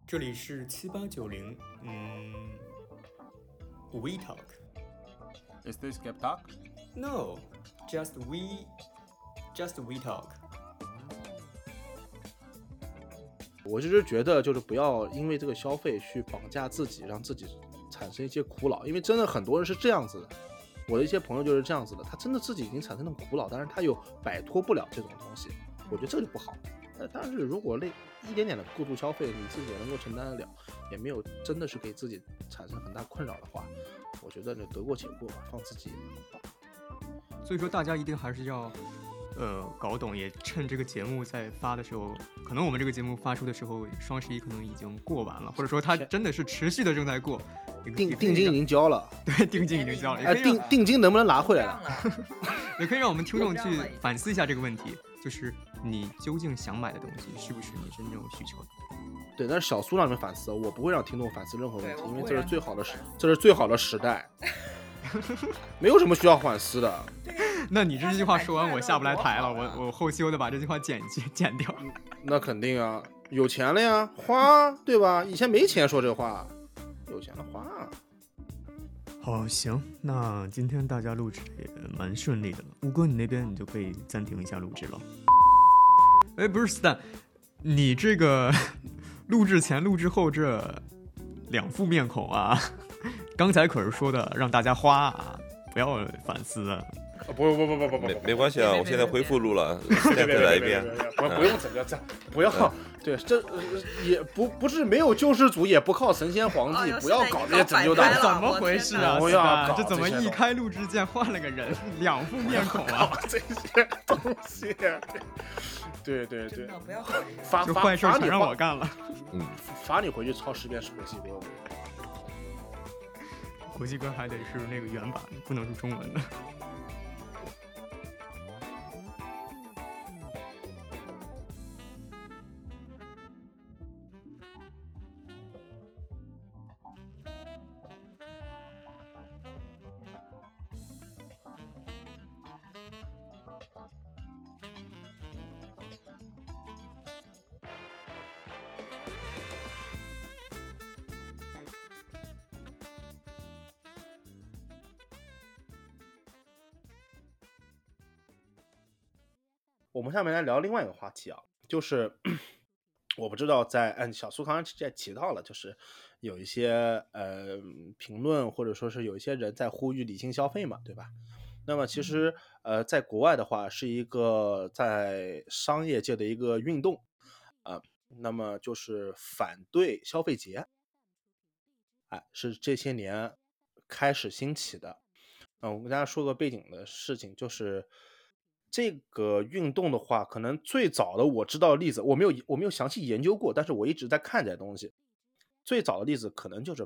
这里是7890，We Talk。 Is this Gap Talk? No, just we talk。 我就是觉得，就是不要因为这个消费去绑架自己，让自己产生一些苦恼，因为真的很多人是这样子的。我的一些朋友就是这样子的，他真的自己已经产生了苦恼，但是他又摆脱不了这种东西，我觉得这就不好。但是如果一点点的过度消费，你自己也能够承担得了，也没有真的是给自己产生很大困扰的话，我觉得就得过且过吧，放自己。 所以说大家一定还是要搞懂，也趁这个节目在发的时候，可能我们这个节目发出的时候，双11可能已经过完了，或者说它真的是持续的正在过。 定金已经交了， 对，定金已经交了。 定金能不能拿回来了？ 也可以让我们听众去反思一下这个问题，就是你究竟想买的东西是不是你真正需求的？ 对，但是小苏让你们反思，我不会让听众反思任何问题，因为这是最好的时代，没有什么需要反思的。 那你这句话说完，我下不来台了，我后期我得把这句话剪掉。 那肯定啊，有钱了呀，花，对吧？以前没钱说这话，有钱了花。 好，行，那今天大家录制也蛮顺利的了。吴哥，你那边你就可以暂停一下录制了。哎，不是 Stan， 你这个录制前录制后这两副面孔啊，刚才可是说的让大家花啊，不要反思啊。 不， 没关系啊，我现在恢复录了，再来一遍。 不用怎么样，不要，对，这也不是没有救世主，也不靠神仙皇帝，不要搞这些拯救大怎么回事啊？ 不要搞这怎么一开录制键换了个人，两副面孔啊？ 这些东西，对， 不要搞这坏事全让我干了。 罚你回去抄10遍《火鸡歌》。 火鸡歌还得是那个原版，不能是中文的。 我们下面来聊另外一个话题啊，就是我不知道小苏刚才提到了，就是有一些评论或者说是有一些人在呼吁理性消费嘛，对吧？那么其实在国外的话是一个在商业界的一个运动那么就是反对消费节，是这些年开始兴起的。我跟大家说个背景的事情，就是这个运动的话，可能最早的我知道的例子，我没有详细研究过，但是我一直在看这些东西。最早的例子可能就是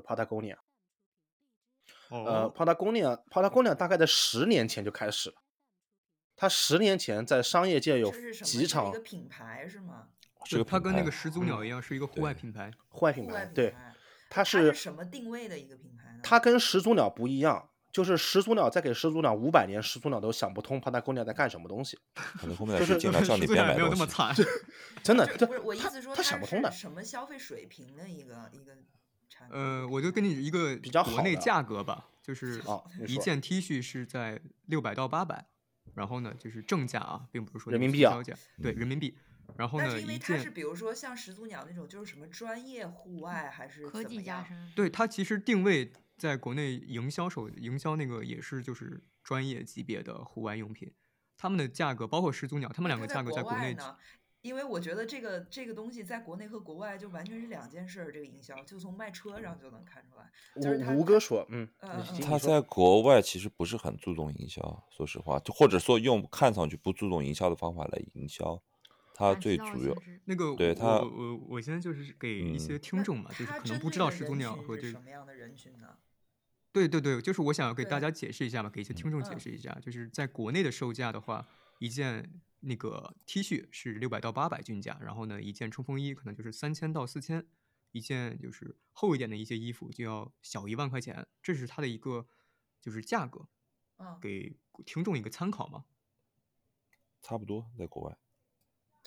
Patagonia。Patagonia 大概在10年前就开始了。它10年前在商业界有几场， 是一个品牌是吗？ 是它跟那个始祖鸟一样，是一个户外品牌。 户外品牌，对， 它是什么定位的一个品牌呢？ 它跟始祖鸟不一样。就是始祖鸟再给始祖鸟500年，始祖鸟都想不通 Patagonia 在干什么东西。 可能后面是经常叫你别买没有那么惨， 真的。 不是我意思说， 他想不通的。 什么消费水平的一个产品？ 我就跟你一个比较好国内价格吧，就是一件 T 恤是在600到800，然后呢就是正价啊，并不是说人民币啊， 对，人民币。然后呢， 但是因为它是比如说像始祖鸟那种，就是什么专业户外还是科技加深？ 对，它其实定位在国内营销那个也是就是专业级别的户外用品，他们的价格包括始祖鸟，他们两个价格在国内呢。因为我觉得这个东西在国内和国外就完全是两件事，这个营销就从卖车上就能看出来。就是吴哥说， 他在国外其实不是很注重营销，说实话，或者说用看上去不注重营销的方法来营销。他最主要那个， 对他， 我现在就是给一些听众嘛，就是可能不知道始祖鸟和这什么样的人群呢？ 对，就是我想要给大家解释一下嘛，给一些听众解释一下，就是在国内的售价的话，一件那个 T 恤是600到800均价，然后呢，一件冲锋衣可能就是3000到4000，一件就是厚一点的一些衣服就要小1万块钱，这是它的一个就是价格，给听众一个参考嘛。 差不多在国外。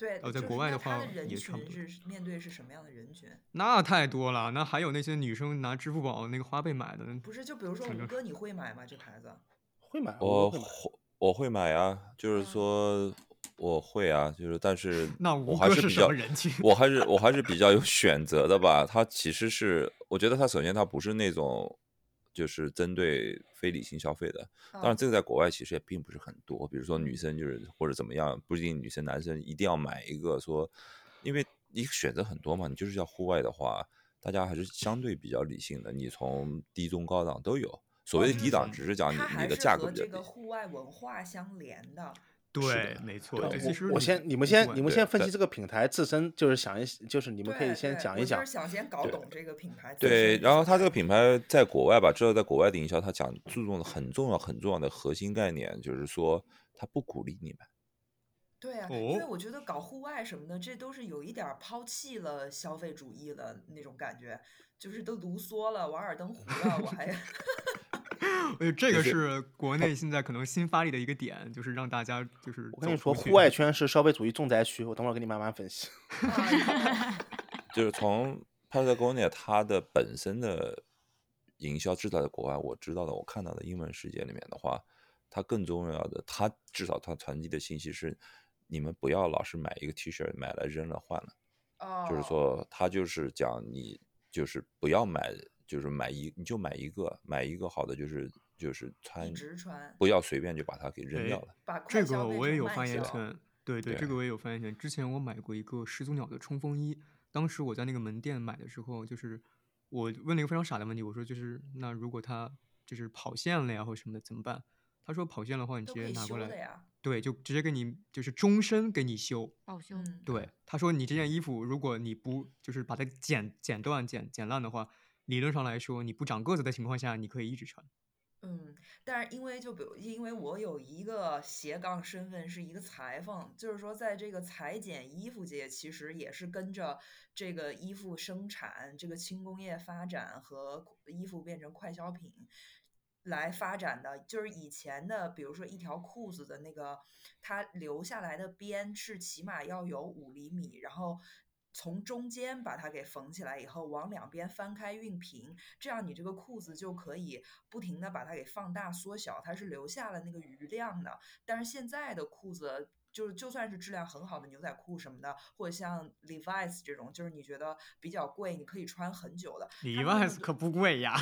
对， 在就是国外的话那他的人也差不多。 群是面对是什么样的人群？ 那太多了，那还有那些女生拿支付宝那个花呗买的， 不是，就比如说反正吴哥，你会买吗？这牌子？ 会买， 我会买。 我会买啊，就是嗯说我会啊，就是但是那我吴哥是什还是比较么人群？ 我还是比较有选择的吧。它其实是，我觉得它首先它不是那种就是针对非理性消费的，当然这个在国外其实也并不是很多。比如说女生就是或者怎么样，不一定女生男生一定要买一个说，因为你选择很多嘛，你就是要户外的话，大家还是相对比较理性的，你从低中高档都有。所谓的低档只是讲它还是你的价格和这个比较低。 户外文化相连的。 对，没错。 对， 就其实我先，你们对先分析这个品牌自身，就是就是你们可以对先对， 讲一讲我就是。想先搞对懂这个品牌自对， 身然后它这个是什么品牌在国外吧，知道在国外的营销，它讲注重的很重要很重要的核心概念，就是说它不鼓励你买。 对啊，因为哦， 我觉得搞户外什么的，这都是有一点儿抛弃了消费主义的那种感觉，就是都卢梭了，瓦尔登湖了，我还这个就是是国内现在可能新发力的一个点，就是让大家就是我跟你说， 走出去。 户外圈是消费主义重灾区，我等会儿给你慢慢分析。 就是从 Patagonia 它的本身的营销至少在国外我知道的我看到的英文世界里面的话，它更重要的，它至少它传递的信息是，你们不要老是买一个 T 恤买了扔了换了。就是哦， 说他就是讲你就是不要买，就是你就买一个好的，就是一穿， 直穿， 不要随便就把它给扔掉哎， 了。 把快这消变成个我也有慢消。 发言权。对对，这个对我也有发言权。之前我买过一个始祖鸟的冲锋衣，当时我在那个门店买的时候，就是我问了一个非常傻的问题，我说就是那如果它就是跑线了呀或什么的怎么办？他说跑线的话你直都可以接拿过来， 修的呀。 对，就直接给你就是终身给你修。 报修。 嗯， 对，他说你这件衣服如果你不就是把它剪断、剪烂的话，理论上来说你不长个子的情况下，你可以一直穿。 嗯，但是因为就比如，因为我有一个斜杠身份是一个裁缝，就是说在这个裁剪衣服界，其实也是跟着这个衣服生产、这个轻工业发展和衣服变成快消品来发展的。就是以前的，比如说一条裤子的那个，它留下来的边是起码要有5厘米，然后从中间把它给缝起来以后，往两边翻开熨平，这样你这个裤子就可以不停的把它给放大缩小，它是留下了那个余量的。但是现在的裤子，就算是质量很好的牛仔裤什么的，或者像 Levi's 这种，就是你觉得比较贵，你可以穿很久的。 李万斯可不贵呀，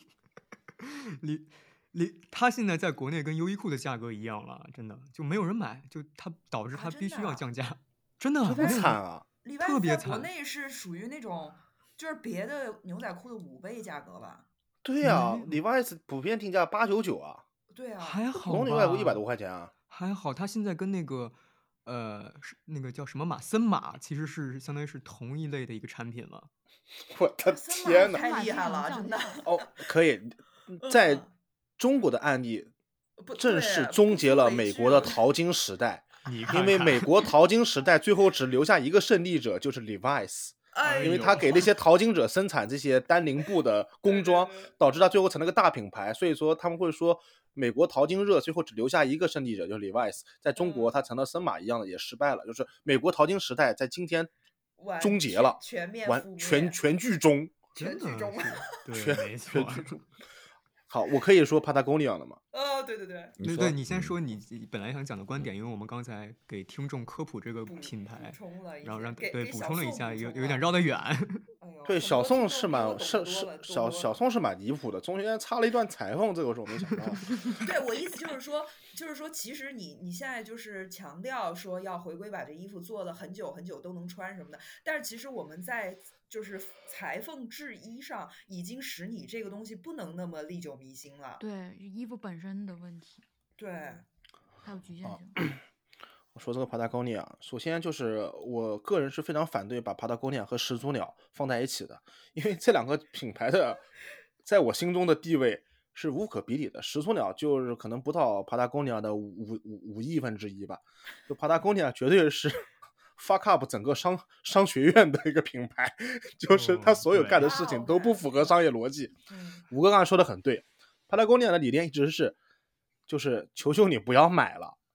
他现在在国内跟优衣库的价格一样了，真的就没有人买，就它导致啊它必须要真的啊降价，真的这么国内惨啊！ 李外特别在国惨。 内是属于那种，就是别的牛仔裤的5倍价格吧？ 对呀、 没有 Levi's 普遍定价899啊， 对啊， 还好普通牛仔裤100 吧多块钱啊。 还好，他现在跟那个是那个叫什么马森马，其实是相当于是同一类的一个产品了。 我的森天呐！ 马太厉害了，真的。 哦，可以，在嗯中国的案例不正式对终结了不足为美国的惧了淘金时代， 你因为看看美国淘金时代最后只留下一个胜利者，就是 Levi's。 哎因为呦他给那些淘金者生产这些单宁布的工装，导致他最后成了个大品牌。所以说他们会说，美国淘金热最后只留下一个胜利者，就是 Levi's。在中国，它成了森马一样的，也失败了。就是美国淘金时代在今天终结了， 全面覆灭全剧终。 全剧终。 对，没错。 好，我可以说 Patagonia 了吗？ 对对对， 对， 你说你先说你本来想讲的观点，因为我们刚才给听众科普这个品牌补，充了一然后让些给给对补小宋充了一下，有点补充了绕得远。 哎呦对， 很小宋多听众是蛮比我懂多了多小多了宋是蛮离谱的，中间插了一段裁缝，这个是我没想到。 对我意思就是说，其实你现在就是强调说要回归把这衣服做的很久很久都能穿什么的，但是其实我们在就是裁缝制衣上已经使你这个东西不能那么历久弥新了。 对，衣服本身的问题， 对， 还有局限啊性。 我说这个 Patagonia，首先就是我个人是非常反对把 Patagonia 和始祖鸟放在一起的，因为这两个品牌的在我心中的地位是无可比拟的。始祖鸟就是可能不到 Patagonia 的五亿分之一吧，就 Patagonia 绝对是 fuck up 整个商学院的一个品牌，就是他所有干的事情都不符合商业逻辑。吴哥刚才说的很对，Patagonia 的理念一直是，就是求求你不要买了。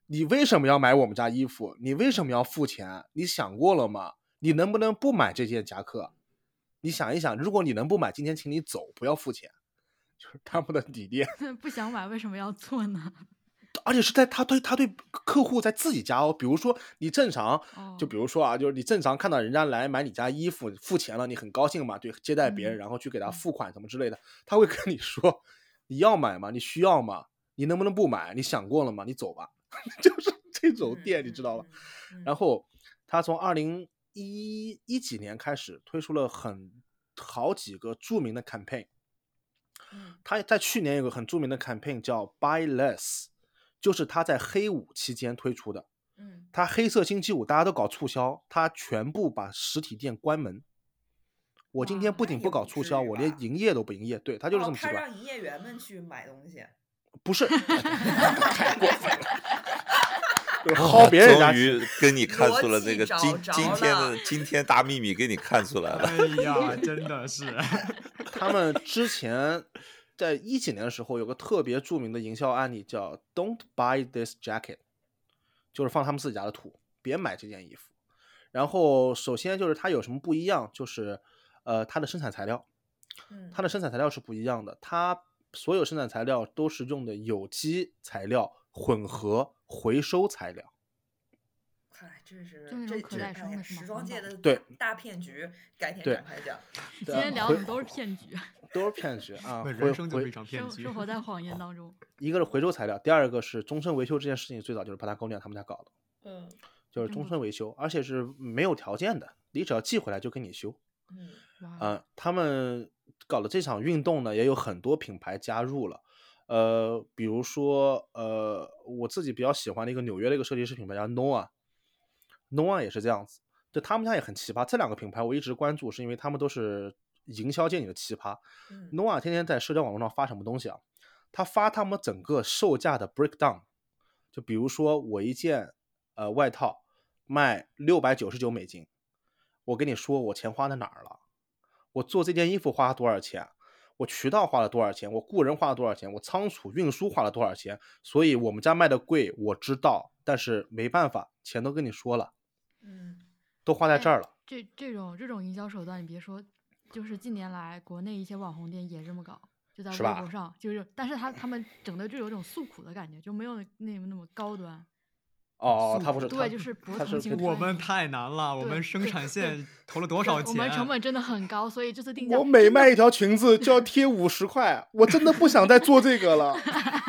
你为什么要买我们家衣服？你为什么要付钱？你想过了吗？你能不能不买这件夹克？你想一想，如果你能不买，今天请你走，不要付钱。就是他们的理念。 不想买为什么要做呢？ 而且是在他对客户在自己家哦，比如说你正常，就比如说啊，就是你正常看到人家来买你家衣服，付钱了，你很高兴嘛，对，接待别人，然后去给他付款什么之类的，他会跟你说，你要买吗？你需要吗？你能不能不买？你想过了吗？你走吧，就是这种店，你知道吧？然后他从2011几年开始推出了好几个著名的 campaign。他在去年有个很著名的 campaign 叫 Buy Less， 就是他在黑五期间推出的。他黑色星期五大家都搞促销，他全部把实体店关门。我今天不仅不搞促销，我连营业都不营业。对，他就是这么极端。 他让营业员们去买东西。 不是，太过分了。薅别人家。 终于跟你看出了这个今天大秘密，给你看出来了。 哎呀，真的是。 他们之前在2010几年的时候有个特别著名的营销案例叫 Don't buy this jacket， 就是放他们自己家的图，别买这件衣服。然后首先就是它有什么不一样，就是它的生产材料，它的生产材料是不一样的，它所有生产材料都是用的有机材料混合回收材料。 嗨，这是时装界的大骗局，改天展开讲。 今天聊的都是骗局， 都是骗局啊！ 人生就是一场骗局， 生活在谎言当中。 一个是回收材料，第二个是终身维修。这件事情最早就是 Patagonia 他们家搞的，就是终身维修，而且是没有条件的，你只要寄回来就给你修。他们搞的这场运动呢，也有很多品牌加入了。比如说我自己比较喜欢的一个纽约的一个设计师品牌叫 Noah 也是这样子，就他们家也很奇葩。这两个品牌我一直关注，是因为他们都是营销界里的奇葩。Noah 天天在社交网络上发什么东西啊？他发他们整个售价的 breakdown， 就比如说我一件外套卖$699，我跟你说我钱花在哪儿了，我做这件衣服花了多少钱，我渠道花了多少钱，我雇人花了多少钱，我仓储运输花了多少钱，所以我们家卖的贵我知道，但是没办法，钱都跟你说了，都花在这儿了。 这种营销手段，你别说，就是近年来国内一些网红店也这么搞，就在微博上，就是，但是他们整的就有种诉苦的感觉，就没有那么高端。 他不是， 对，就是博同情。 我们太难了，我们生产线投了多少钱？ 我们成本真的很高，所以这次定价， 我每卖一条裙子就要贴50块，我真的不想再做这个了。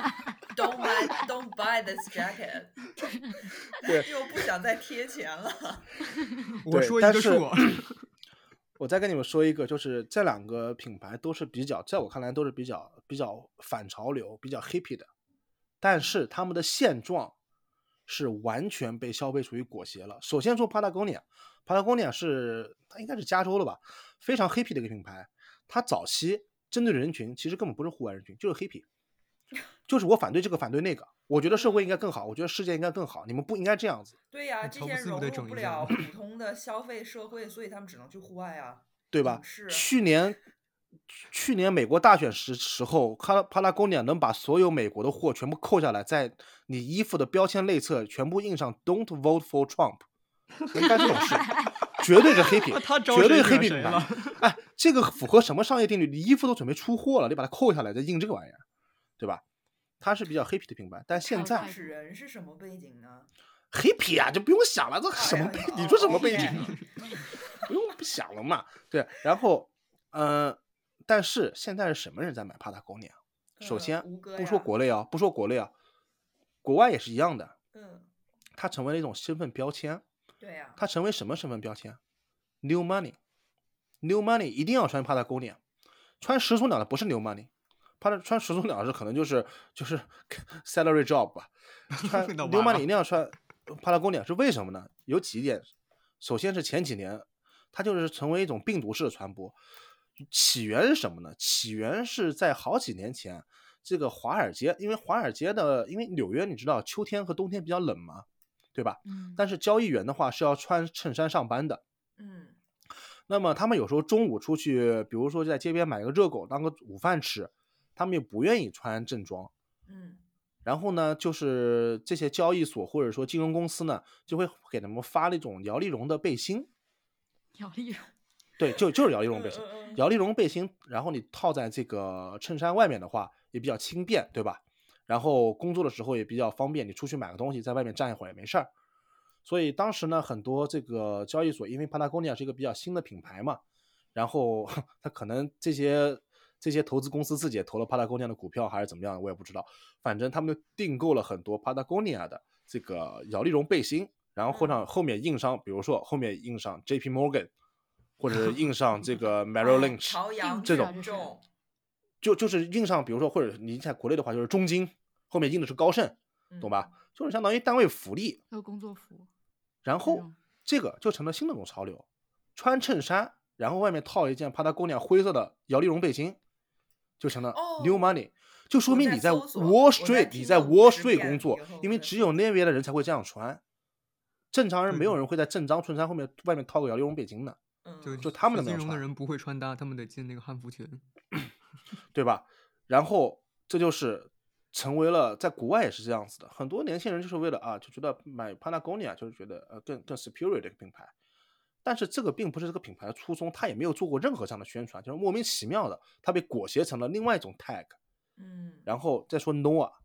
Don't buy this jacket。 对， 又不想再贴钱了。 我说一个数。 我再跟你们说一个，就是这两个品牌都是在我看来都是比较反潮流、比较 hippie 的，但是他们的现状是完全被消费主义裹挟了。首先说 Patagonia 是它应该是加州了吧，非常 hippie 的一个品牌。它早期针对的人群其实根本不是户外人群，就是 hippie， 就是我反对这个反对那个，我觉得社会应该更好，我觉得世界应该更好，你们不应该这样子。 对呀，这些融入不了普通的消费社会，所以他们只能去户外啊， 对吧？去年美国大选时候，Patagonia 能把所有美国的货全部扣下来，在你衣服的标签内侧全部印上 "Don't vote for Trump"， 能干这种事，绝对是黑品，绝对黑品牌。哎，这个符合什么商业定律？你衣服都准备出货了，你把它扣下来再印这个玩意儿，对吧？它是比较黑皮的品牌，但现在创始人是什么背景呢？ 黑皮啊，就不用想了，这什么背？你说什么背景？不用不想了嘛。对，然后但是现在是什么人在买 Patagonia？ 首先不说国内啊，国外也是一样的。它成为了一种身份标签。 对呀。 它成为什么身份标签 ？New Money。New Money 一定要穿 Patagonia， 穿始祖鸟的不是 New Money。穿始祖鸟是可能就是 salary job 吧。穿 New Money 一定要穿 Patagonia， 是为什么呢？有几点。首先是前几年它就是成为一种病毒式的传播。起源是什么呢？起源是在好几年前，这个华尔街，因为纽约你知道秋天和冬天比较冷嘛，对吧？但是交易员的话是要穿衬衫上班的。那么他们有时候中午出去，比如说在街边买个热狗当个午饭吃，他们也不愿意穿正装。 然后呢，就是这些交易所或者说金融公司呢，就会给他们发那种摇粒绒的背心。 摇粒绒， 对，就是摇粒绒背心，摇粒绒背心，然后你套在这个衬衫外面的话，也比较轻便，对吧？然后工作的时候也比较方便，你出去买个东西，在外面站一会儿也没事儿。所以当时呢，很多这个交易所，因为 Patagonia 是一个比较新的品牌嘛，然后他可能这些投资公司自己也投了 Patagonia 的股票还是怎么样，我也不知道。反正他们就订购了很多 Patagonia 的这个摇粒绒背心，然后后面印上，比如说后面印上 JP Morgan， 或者是印上这个 Merrill Lynch 朝阳这种，就是印上，比如说或者你在国内的话就是中金，后面印的是高盛，懂吧？就是相当于单位福利， 还有工作服。 然后这个就成了新的一种潮流，穿衬衫，然后外面套一件 Patagonia 灰色的摇粒绒背心，就成了 new money，就说明你在 Wall Street 工作，因为只有那边的人才会这样穿，正常人没有人会在正装衬衫外面套个摇粒绒背心的，就他们的金融的人不会穿搭，他们得进那个汉服群， 对吧？然后这就是成为了在国外也是这样子的，很多年轻人就是为了就觉得买 Patagonia 就是觉得更 superior 的一个品牌，但是这个并不是这个品牌的初衷，他也没有做过任何这样的宣传，就是莫名其妙的，他被裹挟成了另外一种 tag。然后再说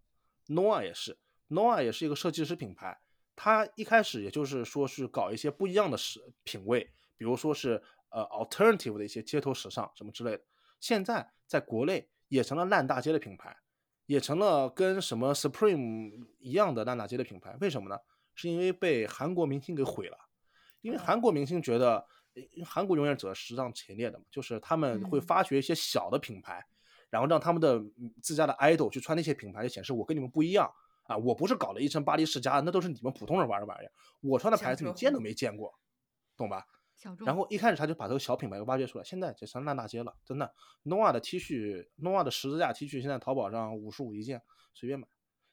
Noah 也是 ，Noah 也是一个设计师品牌，他一开始也就是说是搞一些不一样的品味，比如说是alternative 的一些街头时尚什么之类的，现在在国内也成了烂大街的品牌，也成了跟什么 Supreme 一样的烂大街的品牌。为什么呢？是因为被韩国明星给毁了。因为韩国明星觉得，韩国永远走在时尚前列的嘛，就是他们会发掘一些小的品牌，然后让他们的自家的 idol 去穿那些品牌，就显示我跟你们不一样啊！我不是搞了一身巴黎世家，那都是你们普通人玩的玩意儿，我穿的牌子你见都没见过，懂吧？然后一开始他就把这个小品牌挖掘出来，现在这成烂大街了，真的。Noah 的 T 恤 ，Noah 的十字架 T 恤，现在淘宝上55一件，随便买。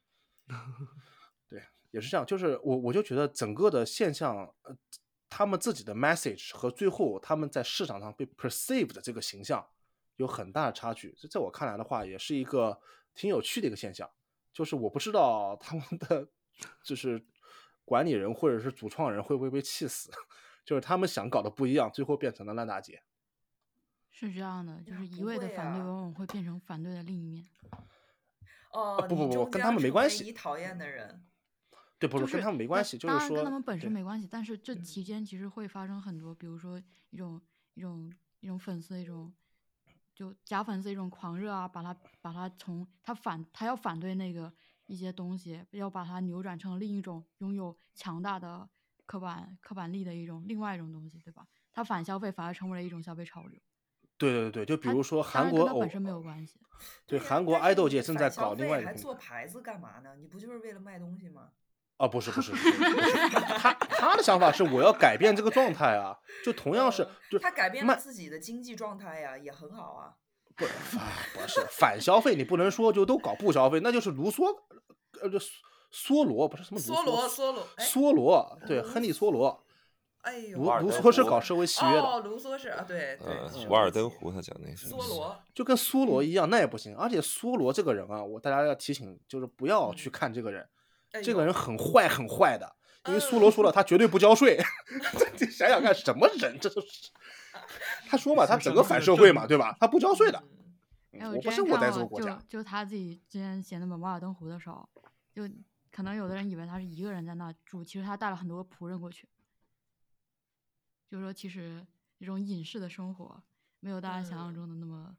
对，也是这样，就是我就觉得整个的现象，他们自己的 message 和最后他们在市场上被 perceived 的这个形象有很大的差距。在我看来的话，也是一个挺有趣的一个现象。就是我不知道他们的就是管理人或者是主创人会不会被气死，就是他们想搞的不一样，最后变成了烂大街。 是这样的，就是一味的反对往往会变成反对的另一面。 不，跟他们没关系。 你讨厌的人。 对，不是跟他们没关系，就是说跟他们本身没关系，但是这期间其实会发生很多，比如说一种粉丝一种就假粉丝一种狂热啊，把他从他要反对那个一些东西，要把它扭转成另一种拥有强大的刻板力的另外一种东西，对吧？他反消费反而成为了一种消费潮流。 对，就比如说韩国跟他本身没有关系。 对，韩国 idol 界正在搞另外一个还做牌子干嘛呢？你不就是为了卖东西吗？ 不是，他的想法是我要改变这个状态啊，就同样是，就他改变了自己的经济状态呀，也很好啊。 不是反消费，你不能说就都搞不消费，那就是卢梭，梭罗不是什么梭罗，对，亨利梭罗。 哎呦， 卢梭是搞社会契约的。 卢梭是啊，对， 瓦尔登湖他讲那个梭罗就跟梭罗一样，那也不行。而且梭罗这个人啊，大家要提醒，就是不要去看这个人。这个人很坏的，因为梭罗说了，他绝对不交税。你想想看，什么人？这都是他说嘛，他整个反社会嘛，对吧？他不交税的。我不生活在这个国家。 就他自己之前写那本《瓦尔登湖》的时候，就可能有的人以为他是一个人在那住，其实他带了很多仆人过去。就是说，其实这种隐士的生活没有大家想象中的那么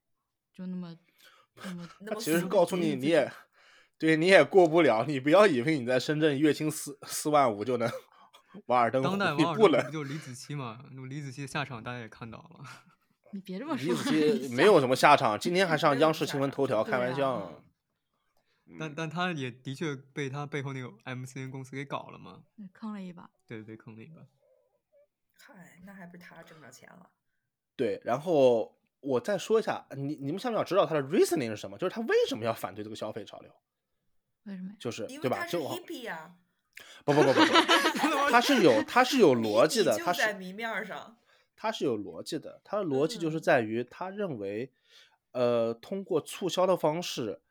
他其实告诉你，你也过不了，你不要以为你在深圳月薪4万5就能瓦尔登湖， 当代瓦尔登湖不就李子柒嘛？李子柒的下场大家也看到了。 你别这么说， 李子柒没有什么下场，今天还上央视新闻头条，开玩笑。 但他也的确被他背后那个 MCN 公司给搞了嘛， 坑了一把。 对，坑了一把。 嗨，那还不是他挣着钱了？ 对，然后我再说一下，你们想不想知道他的 reasoning 是什么？就是他为什么要反对这个消费潮流？ 为什么？ 就是因为对吧？ 他是 hippie 啊。 不，他是有逻辑的， 他是在谜面上。 他是有逻辑的，他的逻辑就是在于他认为，通过促销的方式，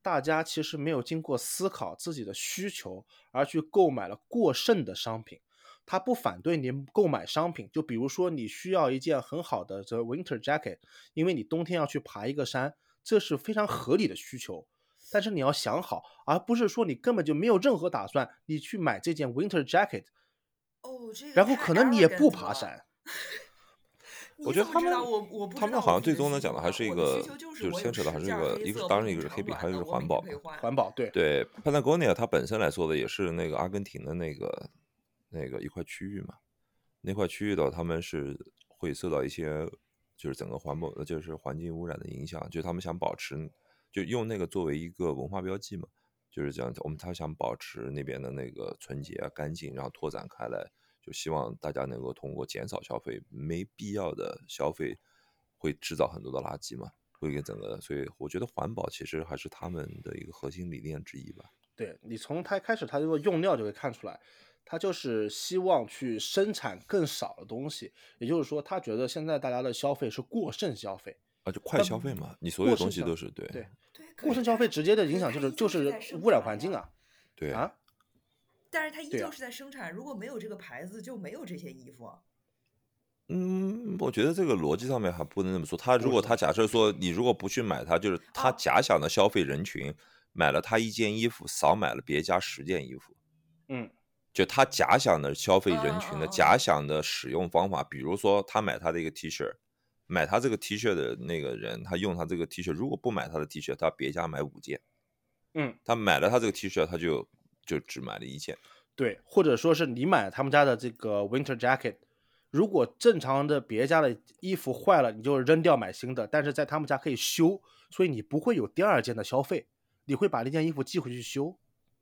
大家其实没有经过思考自己的需求，而去购买了过剩的商品。他不反对你购买商品，就比如说你需要一件很好的这 winter jacket，因为你冬天要去爬一个山，这是非常合理的需求。但是你要想好，而不是说你根本就没有任何打算，你去买这件 winter jacket， 哦，这个然后太可能你也 arrogant 不爬了。 山。 你我觉得他们怎么知道我不知他们道我自己的好像最终呢需求呢？ 讲的还是一我的需个， 求就是就是我有牵扯的还 10件是一个， 黑色当然一不个是黑皮， 同长短的， 还有一个是我每天可以环保嘛。 换。 环保，对对，Patagonia 它本身来说的也是那个阿根廷的那个一块区域嘛，那块区域的他们是会受到一些就是整个就是环境污染的影响，就是他们想保持，就用那个作为一个文化标记嘛，就是这样，他想保持那边的那个纯洁啊干净，然后拓展开来，就希望大家能够通过减少消费，没必要的消费会制造很多的垃圾嘛，会给整个，所以我觉得环保其实还是他们的一个核心理念之一吧。 对，你从它开始它这个用料就可以看出来，它就是希望去生产更少的东西，也就是说，他觉得现在大家的消费是过剩消费。 啊，就快消费嘛，你所有东西都是对对， 对， 过剩消费直接的影响就是污染环境啊。 对啊， 但是它依对啊旧是在生产，如果没有这个牌子，就没有这些衣服啊。 我觉得这个逻辑上面还不能这么说。如果他假设说你如果不去买它，就是他假想的消费人群买了他1件衣服，少买了别家10件衣服。就他假想的消费人群的假想的使用方法，比如说他买他的一个 T 恤，买他这个 T 恤的那个人，他用他这个 T 恤，如果不买他的 T 恤，他别家买5件。他买了他这个 T 恤，他就只买了1件。 对，或者说是你买他们家的这个 winter jacket，如果正常的别家的衣服坏了，你就扔掉买新的，但是在他们家可以修，所以你不会有第2件的消费，你会把那件衣服寄回去修，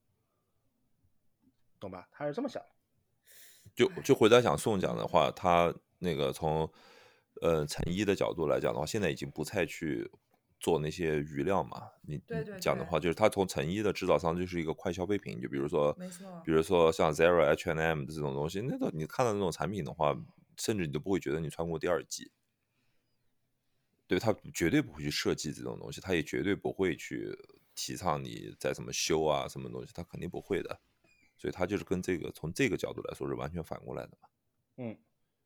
懂吧？他是这么想。 就回答想宋讲的话，他那个从成衣的角度来讲的话，现在已经不再去做那些余料嘛。你讲的话，就是他从成衣的制造商就是一个快消费品，就比如说像 Zara、H&M 这种东西，那你看到那种产品的话，甚至你都不会觉得你穿过第2季。对，他绝对不会去设计这种东西，他也绝对不会去提倡你在什么修啊什么东西，他肯定不会的。所以他就是跟从这个角度来说是完全反过来的嘛。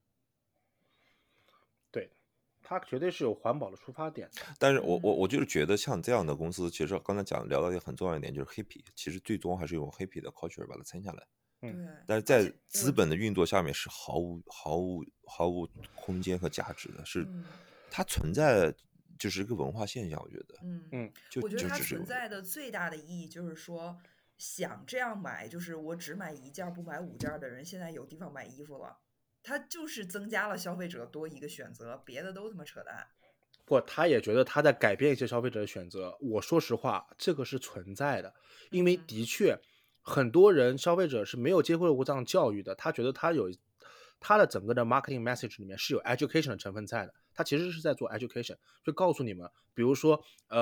对，他绝对是有环保的出发点。 但是我就是觉得像这样的公司，其实刚才聊到一个很重要一点，就是黑皮，其实最终还是用黑皮的 culture 把它撑下来。但是在资本的运作下面是毫无空间和价值的，是它存在就是一个文化现象，我觉得。 我觉得它存在的最大的意义就是说，想这样买，就是我只买1件不买5件的人，现在有地方买衣服了。它就是增加了消费者多一个选择，别的都他妈扯淡。 不，他也觉得他在改变一些消费者的选择。我说实话，这个是存在的，因为的确很多人消费者是没有接受过这样教育的，他觉得他的整个的 marketing message 里面是有 education 的成分在的，他其实是在做 education， 就告诉你们，比如说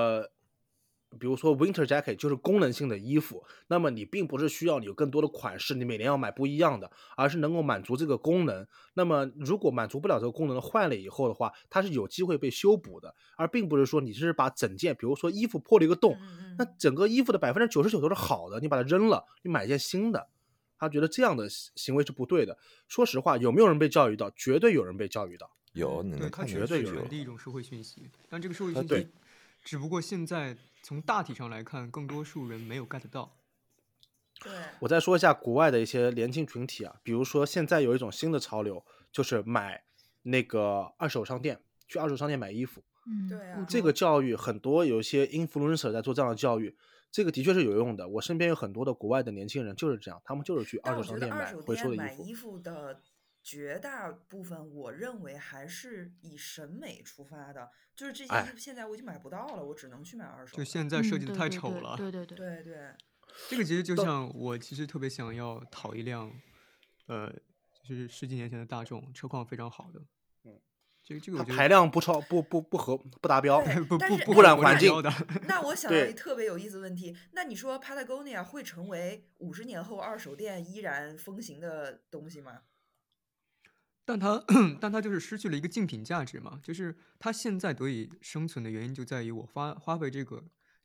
winter jacket 就是功能性的衣服，那么你并不是需要你有更多的款式，你每年要买不一样的，而是能够满足这个功能。那么如果满足不了这个功能坏了以后的话，它是有机会被修补的，而并不是说你是把整件，比如说衣服破了一个洞，那整个衣服的99%都是好的，你把它扔了，你买一件新的。他觉得这样的行为是不对的。说实话，有没有人被教育到？绝对有人被教育到。 有，你能看绝对有人的一种社会讯息，但这个社会讯息只不过现在从大体上来看，更多数人没有 get 到。 对， 我再说一下国外的一些年轻群体啊，比如说现在有一种新的潮流，就是买那个二手商店，去二手商店买衣服。 对啊， 这个教育很多有一些 influencer 在做这样的教育，这个的确是有用的。我身边有很多的国外的年轻人就是这样，他们就是去二手商店买回收的买衣服的绝大部分，我认为还是以审美出发的，就是这些衣服现在我已经买不到了，我只能去买二手。 就现在设计的太丑了。 对， 这个其实就像我其实特别想要讨一辆，就是10几年前的大众，车况非常好的。这个我觉得排量不达标， 不污染环境。 那我想到一个特别有意思的问题，那你说 Patagonia 会成为50年后二手店依然风行的东西吗？ 但它就是失去了一个竞品价值嘛，就是它现在得以生存的原因就在于我花费这个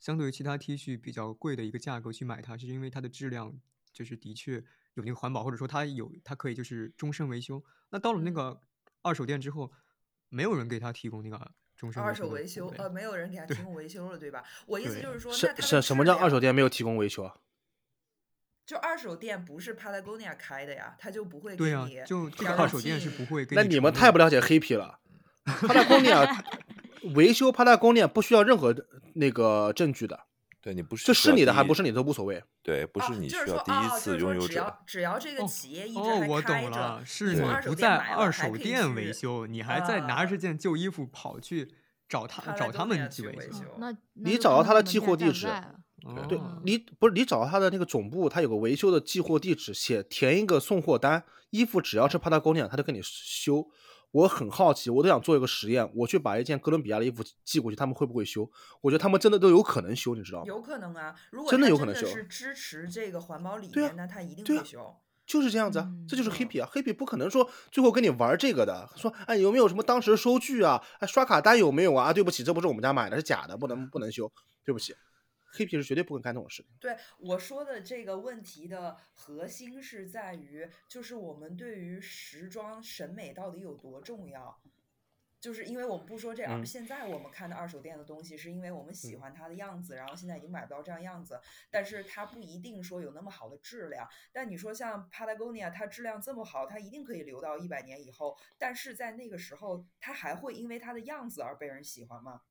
相对于其他 T 恤比较贵的一个价格去买它，是因为它的质量就是的确有那个环保，或者说它可以就是终身维修。那到了那个二手店之后，没有人给他提供那个终身二维修的手维修服务了呀。 没有人给他提供维修了，对吧？我意思对就是说，那它的什么叫二手店？ 店没有提供维修啊？ 就二手店不是 Patagonia 开的呀，他就不会对呀、 给你就这个加热二手店是器不会给那你们承认太不了解黑皮了。Patagonia 维修 Patagonia 不需要任何那个证据的， 对你不是这是你的需要第一还不是你的都无所谓。 对，不是你需要第一次拥有者。 只要这个企业一直哦， 还我开着， 懂了，是你从你二手店不在二买了还可以手店去维修，你还在拿着这件旧衣服跑去找他们 Patagonia 去维修。 去维修那你找到他的寄货地址，对哦， 你不是你找到他的那个总部，他有个维修的寄货地址，填一个送货单，衣服只要是 Patagonia，他就给你修。我很好奇，我都想做一个实验，我去把一件哥伦比亚的衣服寄过去，他们会不会修？我觉得他们真的都有可能修，你知道吗？ 有可能啊，如果真他的有可能修是支持这个环保理对啊念，那他一定对啊会修。 就是这样子啊，这就是嗯黑皮啊，黑皮不可能说最后跟你玩这个的，说哎有没有什么当时收据啊，哎刷卡单有没有啊？对不起，这不是我们家买的，是假的，不能修，对不起，黑皮是绝对不会干这种事情。 对，我说的这个问题的核心是在于，就是我们对于时装审美到底有多重要。就是因为我们不说这样，现在我们看的二手店的东西，是因为我们喜欢它的样子，然后现在已经买不到这样样子，但是它不一定说有那么好的质量。但你说像 Patagonia，它质量这么好，它一定可以留到100年以后，但是在那个时候，它还会因为它的样子而被人喜欢吗？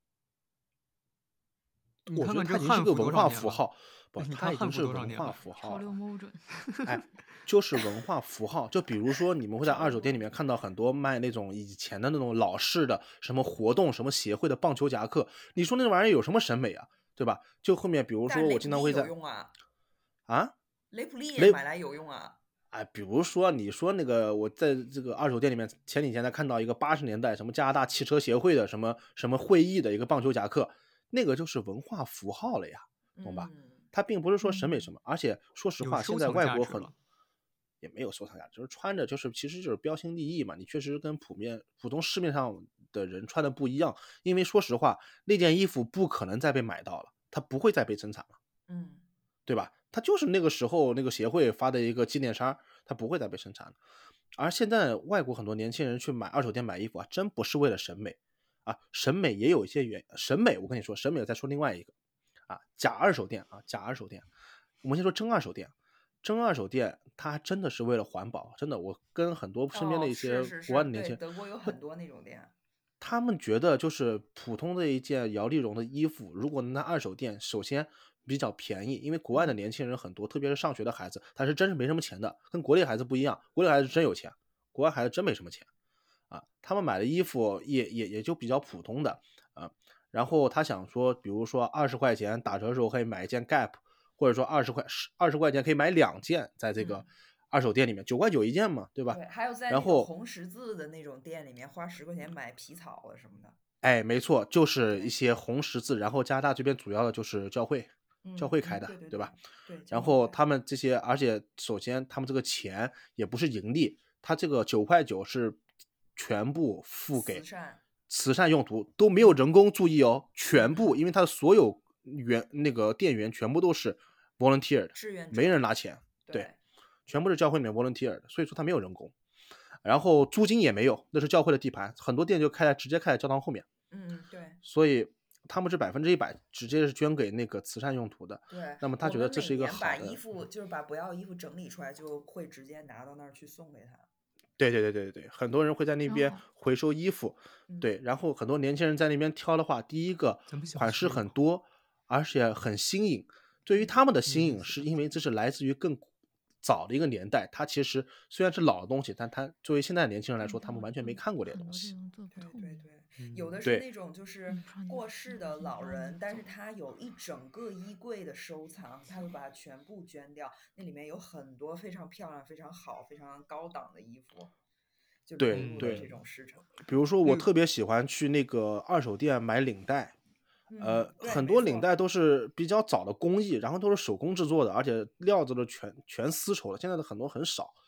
你我觉得它已经看看这汉是个文化服多少年了？ 符号，不， 你它已经是看汉服多少文年了？ 化符号潮流了。 摸准。 哎，就是文化符号。就比如说，你们会在二手店里面看到很多卖那种以前的那种老式的什么活动、什么协会的棒球夹克，你说那玩意儿有什么审美啊？对吧？就后面比如说，我经常会在有用啊，雷普利雷也买来有用啊。 哎，比如说你说那个，我在这个二手店里面前几天才看到一个80年代什么加拿大汽车协会的什么什么会议的一个棒球夹克，那个就是文化符号了呀，懂吧？它并不是说审美什么，而且说实话，现在外国也没有收藏价值，就是穿着其实就是标新立异嘛。你确实跟普通市面上的人穿的不一样，因为说实话，那件衣服不可能再被买到了，它不会再被生产了，对吧？它就是那个时候那个协会发的一个纪念衫，它不会再被生产了。而现在外国很多年轻人去买二手店买衣服啊，真不是为了审美啊，审美也有一些审美，我跟你说，审美再说另外一个啊，假二手店。我们先说真二手店，真二手店它真的是为了环保，真的，我跟很多身边的一些国外的年轻人， 德国有很多那种店， 他们觉得就是普通的一件摇粒绒的衣服，如果能在二手店，首先比较便宜，因为国外的年轻人很多，特别是上学的孩子，他是真是没什么钱的，跟国内孩子不一样，国内孩子真有钱，国外孩子真没什么钱啊。他们买的衣服也就比较普通的啊。然后他想说，比如说20块钱打折的时候可以买一件 Gap， 或者说20块钱可以买2件，在这个二手店里面9块9一件嘛，对吧？ 对，还有在那个红十字的那种店里面花10块钱买皮草什么的。 哎，没错，就是一些红十字，然后加拿大这边主要的就是教会开的， 对吧？ 对。 然后他们这些，而且首先他们这个钱也不是盈利，他这个9块9是全部付给慈善用途，都没有人工，注意哦，全部，因为他的所有那个店员全部都是 volunteer 的，没人拿钱，对，全部是教会里面 volunteer 的，所以说他没有人工，然后租金也没有，那是教会的地盘，很多店就直接开在教堂后面， 对， 所以他们是100%直接是捐给那个慈善用途的， 对， 那么他觉得这是一个好的。 把衣服就是把不要衣服整理出来，就会直接拿到那儿去送给他。 对，很多人会在那边回收衣服，对，然后很多年轻人在那边挑的话，第一个款式很多，而且很新颖。对于他们的新颖，是因为这是来自于更早的一个年代，它其实虽然是老的东西，但它作为现在的年轻人来说，他们完全没看过这些东西。 对，有的是那种就是过世的老人，但是他有一整个衣柜的收藏，他就把它全部捐掉，那里面有很多非常漂亮、非常好、非常高档的衣服，就对这种市场。 比如说，我特别喜欢去那个二手店买领带。很多领带都是比较早的工艺，然后都是手工制作的，而且料子都全丝绸的。现在的很多很少，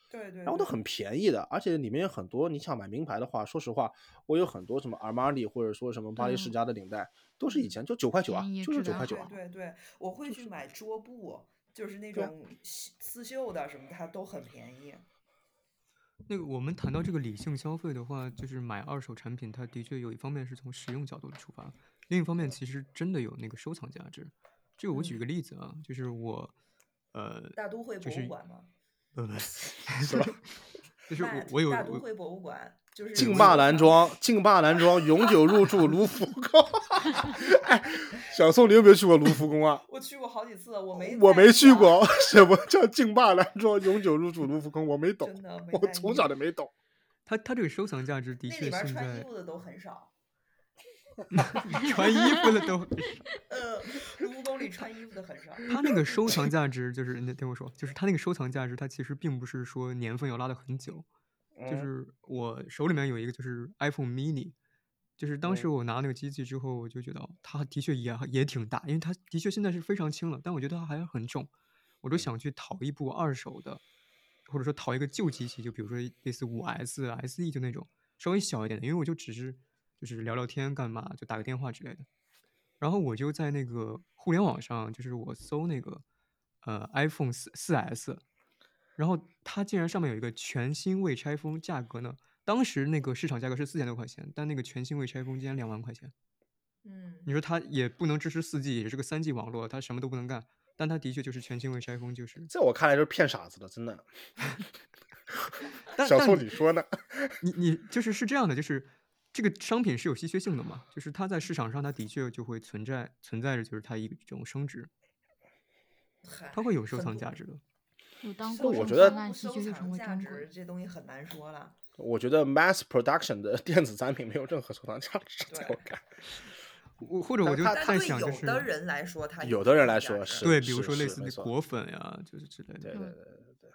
对对， 然后都很便宜的，而且里面有很多，你想买名牌的话，说实话，我有很多什么阿玛尼或者说什么巴黎世家的领带，都是以前就9.9块啊，就是9.9块啊。 对对，我会去买桌布，就是那对啊种刺绣的什么，它都很便宜。 那个我们谈到这个理性消费的话，就是买二手产品，它的确有一方面是从实用角度的出发，另一方面其实真的有那个收藏价值。这个我举个例子啊，就是我， 大都会博物馆吗？ 不， 是吧？ 就是大我有大都会博物馆，就是劲霸男装，劲霸男装永久入驻卢浮宫。哎，小宋，你有没有去过卢浮宫啊？ 我去过好几次，我没去过。什么叫劲霸男装永久入驻卢浮宫？我没懂， 真的没我从小就没懂。 它这个收藏价值的那里边确现在穿衣服的都很少。 穿衣服的都很少。 卢浮宫里穿衣服的很少。 它那个收藏价值就是你听我说，就是它那个收藏价值，它其实并不是说年份要拉得很久。就是我手里面有一个就是 iPhone mini，就是当时我拿那个机器之后，我就觉得它的确也挺大，因为它的确现在是非常轻了，但我觉得它还很重，我就想去淘一部二手的，或者说淘一个旧机器，就比如说类似5S、SE 就那种稍微小一点的，因为我就只是就是聊聊天干嘛，就打个电话之类的。然后我就在那个互联网上，就是我搜那个iPhone 4S，然后它竟然上面有一个全新未拆封，价格呢，当时那个市场价格是4000多块钱，但那个全新未拆封竟然2万块钱。你说它也不能支持4G，也是个3G 网络，它什么都不能干，但它的确就是全新未拆封，就是在我看来就是骗傻子的，真的。 但小宋，你说呢？ 你就是这样的，就是这个商品是有稀缺性的嘛，就是它在市场上它的确就会存在着，就是它一种升值，它会有收藏价值的。 就当收过剩我觉得泛滥，稀缺就成为价珍贵值。这东西很难说了。 我觉得 mass production 的电子产品没有任何收藏价值，在我看。 或者我就但太想就是有的人来说，它有的人来收藏价值说是对，比如说是类似的没错果粉呀，就是之类的。 对对对对对。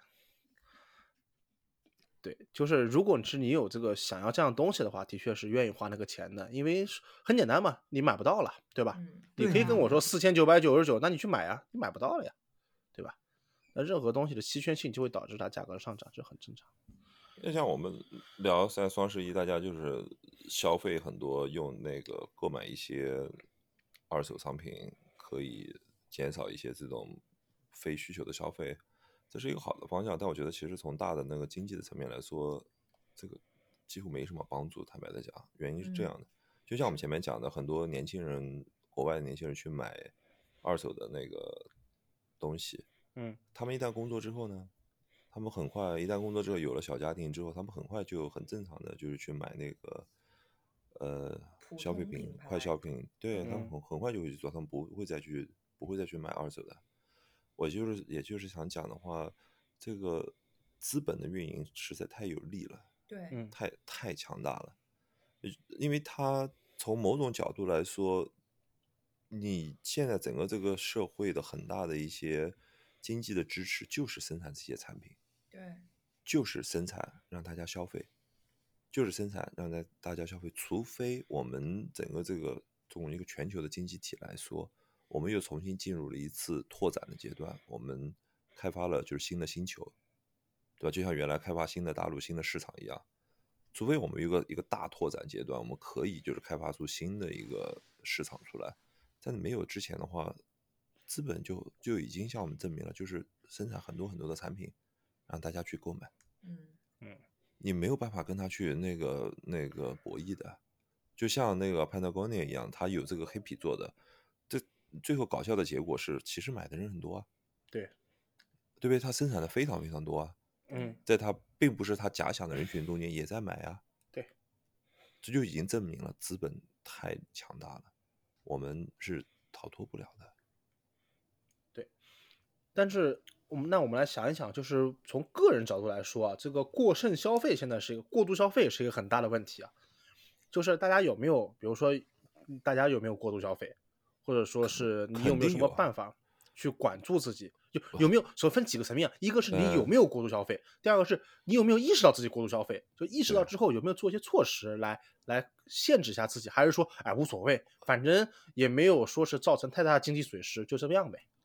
对，就是如果是你有这个想要这样东西的话，的确是愿意花那个钱的，因为很简单嘛，你买不到了，对吧？你可以跟我说4999，那你去买啊，你买不到了呀，对吧？那任何东西的稀缺性就会导致它价格上涨，这很正常。 就像我们聊在双11，大家就是消费很多，用那个购买一些二手商品，可以减少一些这种非需求的消费，这是一个好的方向。但我觉得其实从大的那个经济的层面来说，这个几乎没什么帮助。坦白的讲，原因是这样的，就像我们前面讲的，很多年轻人，国外的年轻人去买二手的那个东西，他们一旦工作之后呢，他们很快一旦工作之后有了小家庭之后，他们很快就很正常的就是去买那个消费品、快消品，对，他们很快就会去做，他们不会再去买二手的。也就是想讲的话，这个资本的运营实在太有力了， 对， 太强大了，因为它从某种角度来说，你现在整个这个社会的很大的一些经济的支持就是生产这些产品， 对， 就是生产让大家消费，就是生产让大家消费，除非我们整个这个从一个全球的经济体来说，我们又重新进入了一次拓展的阶段，我们开发了就是新的星球，对吧？就像原来开发新的大陆、新的市场一样，除非我们有一个大拓展阶段，我们可以就是开发出新的一个市场出来。但是没有之前的话，资本就已经向我们证明了，就是生产很多很多的产品，让大家去购买。你没有办法跟他去那个博弈的，就像那个 Patagonia 一样，他有这个黑皮做的，这最后搞笑的结果是，其实买的人很多啊， 对不对？他生产的非常非常多啊，在他并不是他假想的人群中间也在买啊， 对， 这就已经证明了资本太强大了，我们是逃脱不了的。 对，但是我们来想一想，就是从个人角度来说啊，这个过剩消费现在是一个过度消费，是一个很大的问题啊。就是大家有没有，比如说大家有没有过度消费，或者说是你有没有什么办法去管住自己？就有没有所分几个层面，一个是你有没有过度消费，第二个是你有没有意识到自己过度消费，就意识到之后有没有做一些措施来限制一下自己，还是说哎无所谓，反正也没有说是造成太大的经济损失，就这么样呗。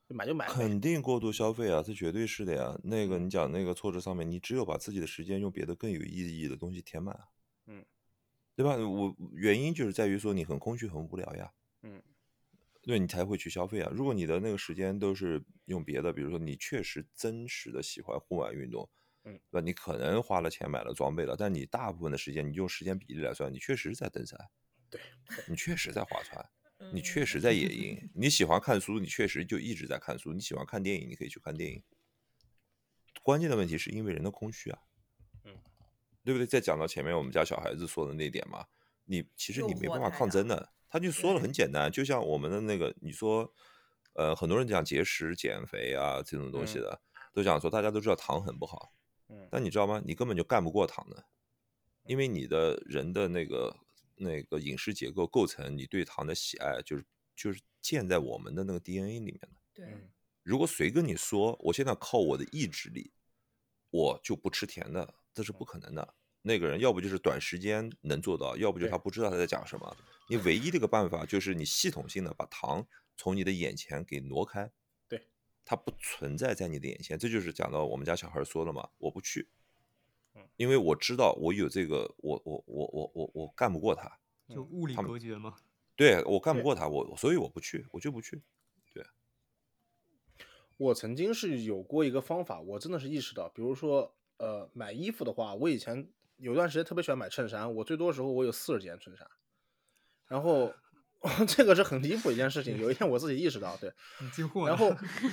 买就买呗。 肯定过度消费啊，这绝对是的呀。那个你讲那个挫折上面，你只有把自己的时间用别的更有意义的东西填满，对吧？原因就是在于说你很空虚很无聊呀，对你才会去消费啊。如果你的那个时间都是用别的，比如说你确实真实的喜欢户外运动，对吧？你可能花了钱买了装备了，但你大部分的时间，你用时间比例来算，你确实是在登山， 对， 你确实在划船，你确实在野营，你喜欢看书，你确实就一直在看书，你喜欢看电影，你可以去看电影。关键的问题是因为人的空虚啊，对不对？再讲到前面我们家小孩子说的那点嘛，其实你没办法抗争的，他就说的很简单，就像我们的那个，你说，很多人讲节食、减肥啊这种东西的，都讲说大家都知道糖很不好，但你知道吗？你根本就干不过糖的，因为你的人的那个饮食结构构成，你对糖的喜爱就是建在我们的那个 DNA 里面的。 对， 如果谁跟你说我现在靠我的意志力，我就不吃甜的，这是不可能的。那个人要不就是短时间能做到，要不就是他不知道他在讲什么。你唯一的一个办法就是你系统性的把糖从你的眼前给挪开， 对， 它不存在在你的眼前。这就是讲到我们家小孩说了嘛，我不去，因为我知道我有这个，我干不过他， 就物理隔绝嘛。 对，我干不过他，所以我不去，我就不去。对， 我曾经是有过一个方法，我真的是意识到，比如说买衣服的话，我以前有段时间特别喜欢买衬衫，我最多的时候我有40件衬衫，然后这个是很离谱一件事情。有一天我自己意识到，对， 你进货然后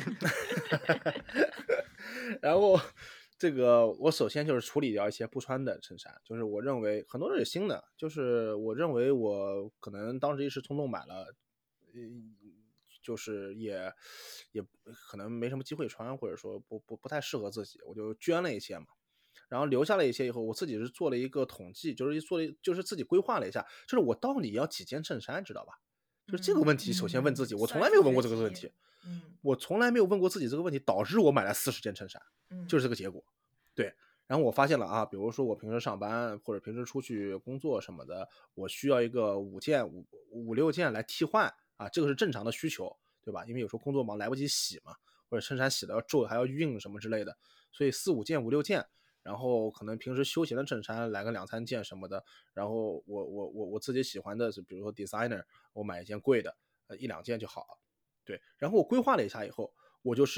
然后这个我首先就是处理掉一些不穿的衬衫，就是我认为很多都是新的，就是我认为我可能当时一时冲动买了，就是也可能没什么机会穿，或者说不太适合自己，我就捐了一些嘛。然后留下了一些以后，我自己是做了一个统计，就是自己规划了一下，就是我到底要几件衬衫，知道吧？就是这个问题，首先问自己，我从来没有问过这个问题，我从来没有问过自己这个问题，导致我买了40件衬衫，就是这个结果。对，然后我发现了啊，比如说我平时上班或者平时出去工作什么的，我需要一个5六件来替换啊，这个是正常的需求，对吧？因为有时候工作忙来不及洗嘛，或者衬衫洗了要皱还要熨什么之类的，所以4、5件、5、6件。然后可能平时休闲的衬衫来个2、3件什么的，然后我自己喜欢的是，比如说 designer， 我买一件贵的，1、2件就好了。对，然后我规划了一下以后，我就是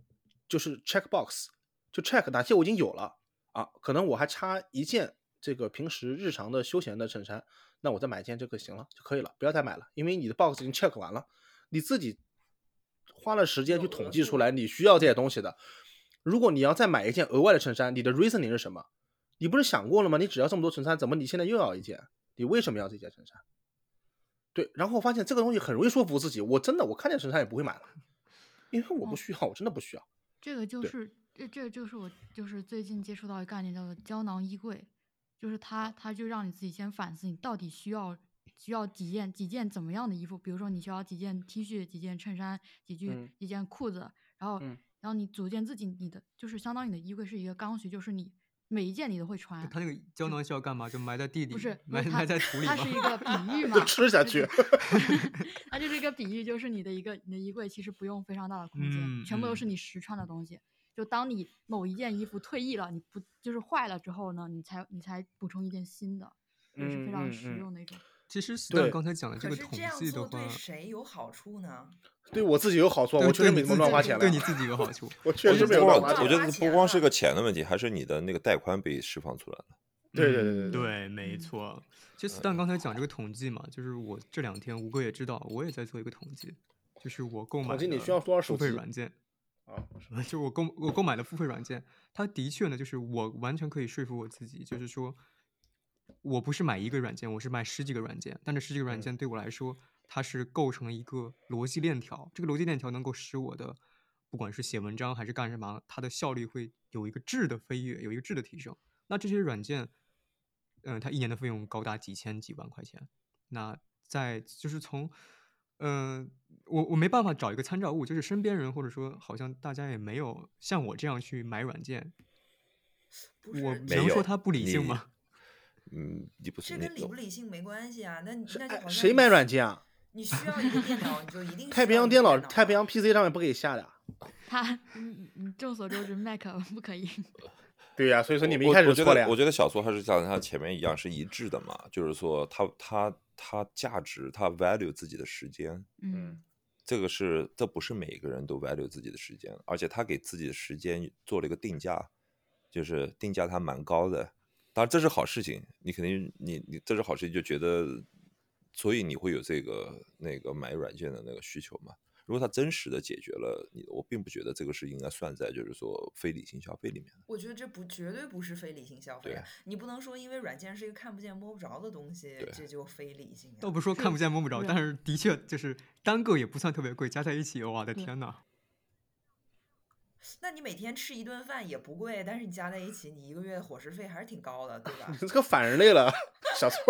check box， 就 check 哪些我已经有了啊，可能我还差一件这个平时日常的休闲的衬衫，那我再买一件这个行了就可以了，不要再买了，因为你的 box 已经 check 完了，你自己花了时间去统计出来你需要这些东西的。如果你要再买一件额外的衬衫，你的 reasoning 是什么？你不是想过了吗？你只要这么多衬衫，怎么你现在又要一件？你为什么要这件衬衫？对，然后我发现这个东西很容易说服自己，我看见衬衫也不会买了，因为我不需要，我真的不需要。 这个就是这就是我就是最近接触到一个概念叫做胶囊衣柜，就是它就让你自己先反思你到底需要几件怎么样的衣服，比如说你需要几件 T 恤、几件衬衫、几件裤子，然后你组建自己你的就是相当于你的衣柜是一个刚需，就是你每一件你都会穿。 它那个胶囊是要干嘛？就埋在地里？ 不是埋在土里吗？ 它是一个比喻嘛， 就吃下去。 它就是一个比喻，就是你的衣柜其实不用非常大的空间，全部都是你实穿的东西。就当你某一件衣服退役了，你不就是坏了之后呢，你才补充一件新的，这是非常实用的一种。 其实Stan刚才讲的这个统计的话， 对谁有好处呢？ 对我自己有好处，我确实没怎么乱花钱了。 对你自己有好处， 我确实没有乱花钱。 我觉得不光是个钱的问题，还是你的那个带宽被释放出来了。 对， 没错。其实Stan刚才讲这个统计嘛，就是我这2天吴哥也知道，我也在做一个统计，就是我购买的你需要多少付费软件啊，就我购买的付费软件，它的确呢，就是我完全可以说服我自己，就是说我不是买一个软件，我是买10几个软件，但这10几个软件对我来说，它是构成了一个逻辑链条，这个逻辑链条能够使我的不管是写文章还是干什么，它的效率会有一个质的飞跃，有一个质的提升。那这些软件它1年的费用高达几千几万块钱，那就是从我没办法找一个参照物，就是身边人或者说好像大家也没有像我这样去买软件，我能说它不理性吗？ 你不是这跟理不理性没关系啊，那就好像谁买软件啊？ 你需要一个电脑，你就一定太平需要洋电脑、 一个电脑太平洋 PC 上面不可以下的啊。 他众所周知，Mac 不可以。 对呀、所以说你们一开始错了呀我。觉得小苏还是像他前面一样是一致的嘛，就是说他价值，他 value 自己的时间，这不是每一个人都 value 自己的时间，而且他给自己的时间做了一个定价，就是定价他蛮高的，当然这是好事情，你肯定你这是好事情，就觉得，所以你会有这个那个买软件的那个需求嘛。如果它真实的解决了你，我并不觉得这个是应该算在就是说非理性消费里面的。 我觉得这绝对不是非理性消费啊！你不能说因为软件是一个看不见摸不着的东西，这就非理性呀。 倒不说看不见摸不着，但是的确就是单个也不算特别贵，加在一起，我的天哪！ 那你每天吃一顿饭也不贵，但是你加在一起，你一个月伙食费还是挺高的，对吧？ 你这个反人类了，小苏。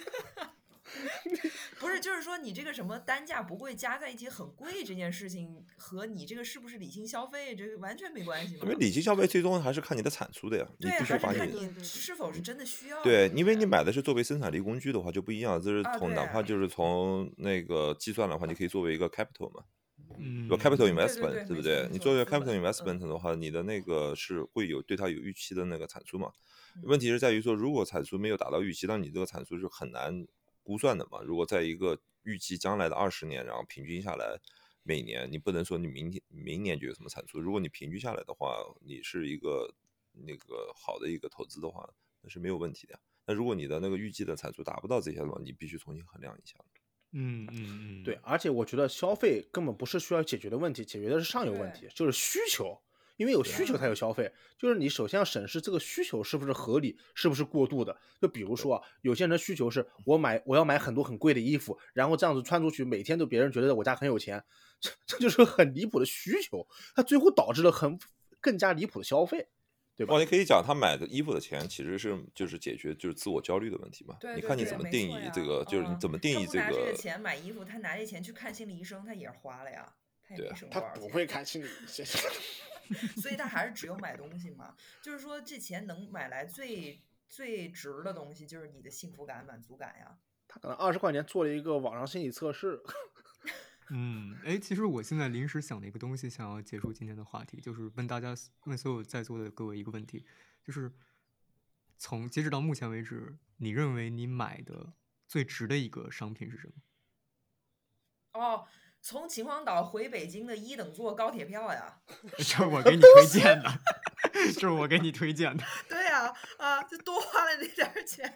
不是，就是说你这个什么单价不贵，加在一起很贵这件事情，和你这个是不是理性消费，这个完全没关系嘛。 因为理性消费最终还是看你的产出的呀， 对， 你必须把还是看你你是否是真的需要。 对，因为你买的是作为生产力工具的话就不一样，这是从哪怕对就是从那个计算的话，你可以作为一个 capital 嘛， 嗯有 capital 对 investment，对不对？你作为 capital 资本 investment 的话，你的那个是会有对它有预期的那个产出嘛。问题是在于说，如果产出没有达到预期，那你这个产出是很难估算的嘛。如果在一个预期将来的20年，然后平均下来每年，你不能说你明年就有什么产出。如果你平均下来的话，你是一个那个好的一个投资的话，那是没有问题的。那如果你的那个预计的产出达不到这些的话，你必须重新衡量一下。 对，而且我觉得消费根本不是需要解决的问题，解决的是上游问题，就是需求。因为有需求才有消费，就是你首先要审视这个需求是不是合理，是不是过度的。就比如说啊，有些人的需求是我要买很多很贵的衣服，然后这样子穿出去，每天都别人觉得我家很有钱，这就是很离谱的需求，它最后导致了更加离谱的消费。对吧？ 你可以讲他买的衣服的钱其实是就是解决就是自我焦虑的问题嘛。 对你看你怎么定义这个，就是你怎么定义这他不拿这个个钱买衣服，他拿这钱去看心理医生，他也是花了呀，他也没省他多少钱。 不会看心理医生。 所以他还是只有买东西嘛，就是说这钱能买来最值的东西，就是你的幸福感、满足感呀。 他可能20块钱做了一个网上心理测试。 其实我现在临时想了一个东西，想要结束今天的话题，就是问所有在座的各位一个问题，就是从截止到目前为止，你认为你买的最值的一个商品是什么？ 哦，从秦皇岛回北京的1等座高铁票呀。 这是我给你推荐的，这是我给你推荐的。 对呀，就多花了那点钱。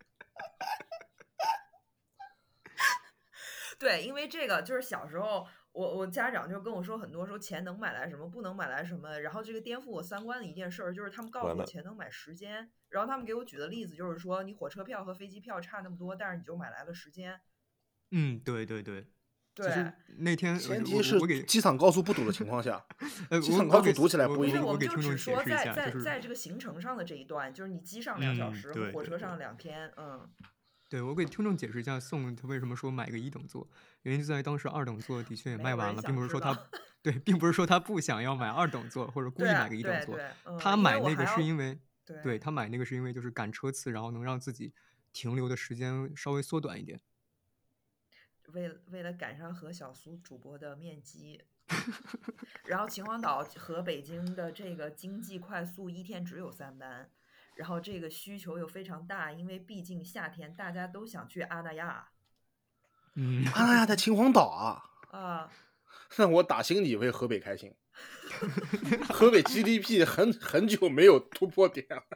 对，因为这个就是小时候，我家长就跟我说很多，说钱能买来什么，不能买来什么。然后这个颠覆我3观的一件事儿，就是他们告诉我钱能买时间。然后他们给我举的例子就是说，你火车票和飞机票差那么多，但是你就买来了时间。 对。 对， 其实那天前提是机场高速不堵的情况下，机场我高速堵起来不一定。 我们给听众就只说解释一下，就是在这个行程上的这一段，就是你机上2小时和火车上2天， 对，我给听众解释一下，宋他为什么说买个1等座，原因就在当时2等座的确也卖完了，并不是说他并不是说他不想要买2等座或者故意买个1等座，他买那个是因为对他买那个是因为就是赶车次，然后能让自己停留的时间稍微缩短一点。 为了赶上和小苏主播的面基，然后秦皇岛和北京的这个经济快速1天只有3班，然后这个需求又非常大，因为毕竟夏天大家都想去阿那亚。 阿那亚在秦皇岛啊？那我打心里为河北开心。河北 GDP 很久没有突破点了。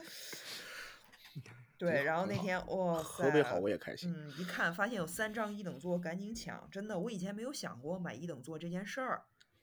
对，然后那天哇塞， 河北好我也开心。 一看发现有3张1等座，赶紧抢！真的，我以前没有想过买1等座这件事儿。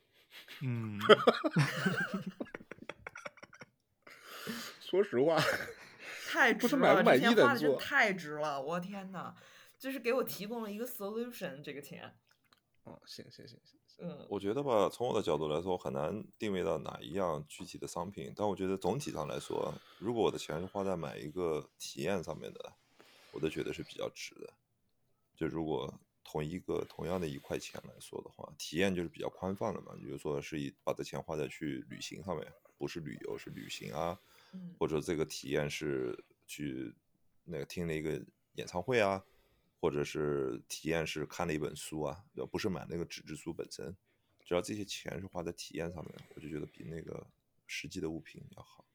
说实话， 太值了， 不是买不买1等座， 太值了！我天哪，就是给我提供了一个 solution， 这个钱。 行。 我觉得吧，从我的角度来说，很难定位到哪一样具体的商品。但我觉得总体上来说，如果我的钱是花在买一个体验上面的，我都觉得是比较值的。就如果同样的1块钱来说的话，体验就是比较宽泛了嘛。比如说是把这钱花在去旅行上面，不是旅游是旅行啊，或者这个体验是去那个听了一个演唱会啊， 或者是体验是看了一本书啊，不是买那个纸质书本身，只要这些钱是花在体验上面，我就觉得比那个实际的物品要好。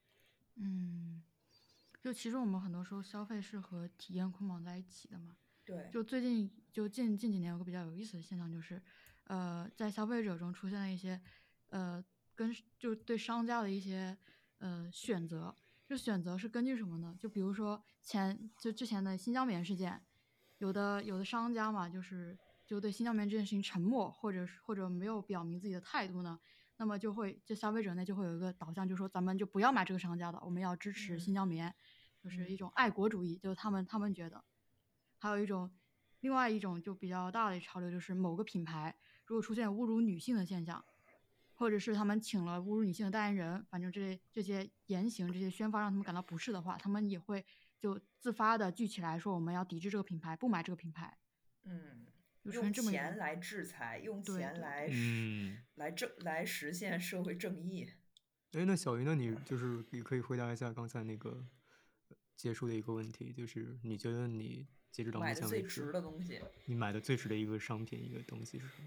就其实我们很多时候消费是和体验捆绑在一起的嘛。 对， 就最近近几年有个比较有意思的现象，就是在消费者中出现了一些就对商家的一些选择。这选择是根据什么呢？就比如说之前的新疆棉事件，有的商家嘛，就对新疆棉这件事情沉默，或者没有表明自己的态度呢，那么就消费者内就会有一个导向，就说咱们就不要买这个商家的，我们要支持新疆棉，就是一种爱国主义，就是他们觉得。还有另外一种就比较大的潮流，就是某个品牌如果出现侮辱女性的现象，或者是他们请了侮辱女性的代言人，反正这些言行、这些宣发让他们感到不适的话，他们也会就自发的聚起来说我们要抵制这个品牌，不买这个品牌。 用钱来制裁，用钱来实现社会正义。 那小鱼呢？你可以回答一下刚才那个结束的一个问题，就是你觉得你截止到目前为止买的最值的东西， 你买的最值的一个商品、一个东西是什么？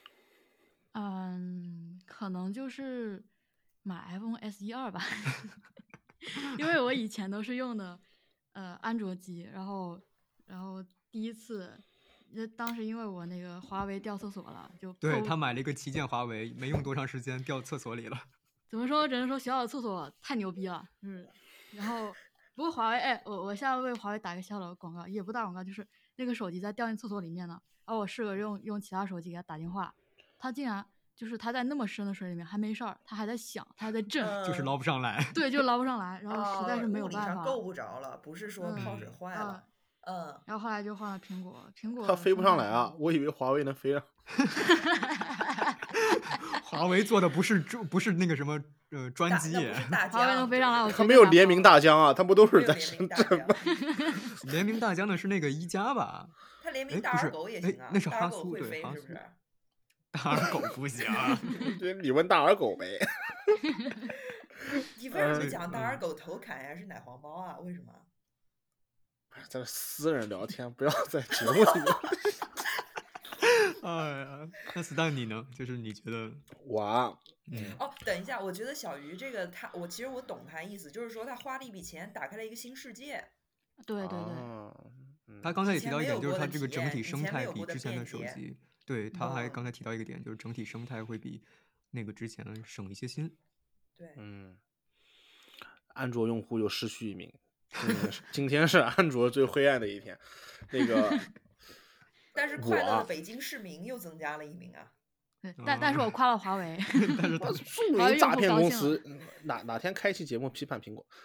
可能就是买 iPhone SE2吧，因为我以前都是用的安卓机，然后第一次，当时因为我那个华为掉厕所了， 对他买了一个旗舰华为，没用多长时间掉厕所里了。 怎么说？只能说小小的厕所太牛逼了，然后不过华为，我现在为华为打一个小小的广告，也不打广告，就是那个手机在掉进厕所里面呢，然后我试着用其他手机给他打电话，他竟然就是他在那么深的水里面还没事儿，他还在响，他还在震， 就是捞不上来。 对，就捞不上来，然后实在是没有办法， 物理上够不着了，不是说泡水坏了。 然后后来就换了苹果， 它飞不上来啊！我以为华为能飞上。 华为做的不是那个什么专机， 华为能飞上来， 它没有联名大疆啊，它不都是在深圳吗？ 联名大疆的是那个一加吧？ 它联名大耳狗也行啊， 那是哈苏， 会飞哈是不是？ 大耳狗不行， 对，你问大耳狗呗。 你为什么讲大耳狗头砍呀是奶黄包啊？为什么？ 在私人聊天，不要在节目里面。 哎呀，那Stan你呢？就是你觉得我等一下，我觉得小鱼这个其实我懂他意思，就是说他花了一笔钱打开了一个新世界。 对。 他刚才也提到一点，就是他这个整体生态比之前的手机，对，他还刚才提到一个点，就是整体生态会比那个之前省一些心。 对， 安卓用户又失去一名。今天是安卓最灰暗的一天。那个， 但是快乐的北京市民又增加了一名啊。 对，但是我夸了华为。 但是著名诈骗公司哪天开期节目批判苹果？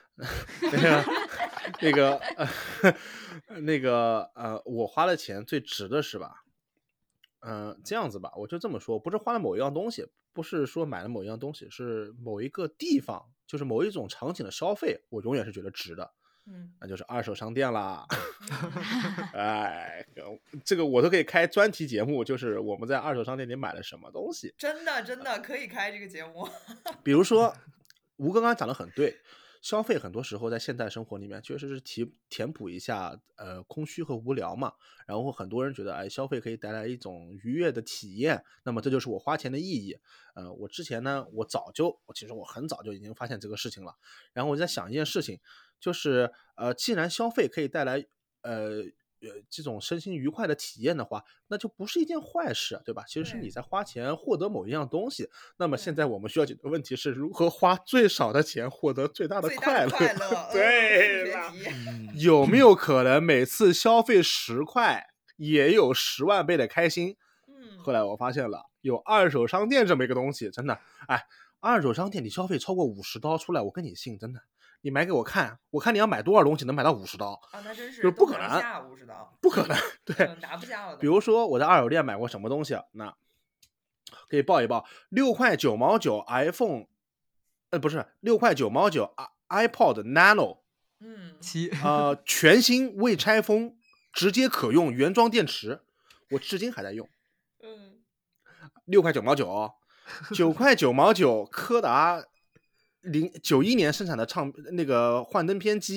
那个我花的钱最值的是吧？这样子吧，我就这么说，不是花了某一样东西，不是说买了某一样东西，是某一个地方，就是某一种场景的消费，我永远是觉得值的。那就是二手商店啦。哎，这个我都可以开专题节目，就是我们在二手商店里买了什么东西。 真的可以开这个节目。 比如说，吴哥刚刚讲的很对，消费很多时候在现代生活里面确实是填补一下空虚和无聊嘛。然后很多人觉得，消费可以带来一种愉悦的体验，那么这就是我花钱的意义。我之前呢，其实我很早就已经发现这个事情了。然后我在想一件事情。就是既然消费可以带来这种身心愉快的体验的话，那就不是一件坏事，对吧？其实是你在花钱获得某一样东西。那么现在我们需要解决的问题是如何花最少的钱获得最大的快乐。对了，有没有可能每次消费10块也有10万倍的开心？后来我发现了，有二手商店这么一个东西，真的，二手商店你消费超过50刀出来，我跟你信，真的。你买给我看，我看你要买多少东西能买到50刀啊？那真是就不可能下50刀， 不可能，对， 拿不下了。 比如说我在二手店买过什么东西，那可以报一报，6块9毛9 iPhone，不是6块9毛9 iPod Nano， 全新未拆封，直接可用原装电池，我至今还在用。6块9毛9 9块9毛9柯达91年生产的那个幻灯片机，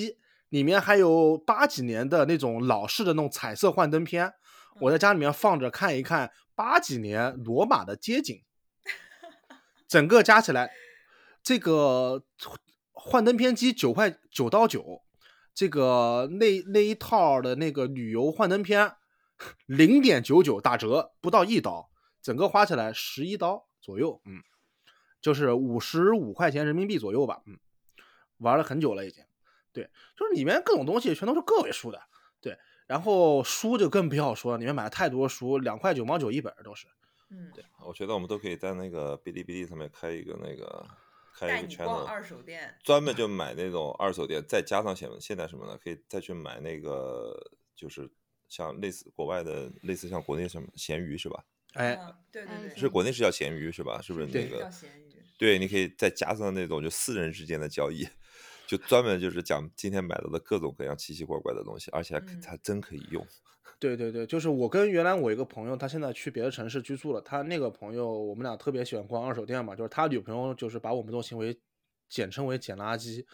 里面还有80几年的那种老式的那种彩色幻灯片，我在家里面放着看一看80几年罗马的街景，整个加起来，这个幻灯片机9.9，这个那一套的那个旅游幻灯片0.99打折，不到1刀，整个花起来11刀左右，就是55块钱人民币左右吧，玩了很久了已经。对，就是里面各种东西全都是个位数的，对，然后书就更不要说了，里面买了太多书，2块9毛9一本都是。 对，我觉得我们都可以在那个哔哩哔哩上面开一个带你逛 channel， 二手店， 专门就买那种二手店，再加上现在什么呢？可以再去买那个，就是像类似国外的，类似像国内什么闲鱼是吧？ 哎， 对对对， 是国内是叫闲鱼是吧？是不是那个？ 叫闲鱼。 对，你可以再加上那种就私人之间的交易，就专门就是讲今天买到的各种各样奇奇怪怪的东西，而且它真可以用。 对对对，就是我跟原来我一个朋友，他现在去别的城市居住了。他那个朋友，我们俩特别喜欢逛二手店嘛，就是他女朋友就是把我们这种行为简称为捡垃圾。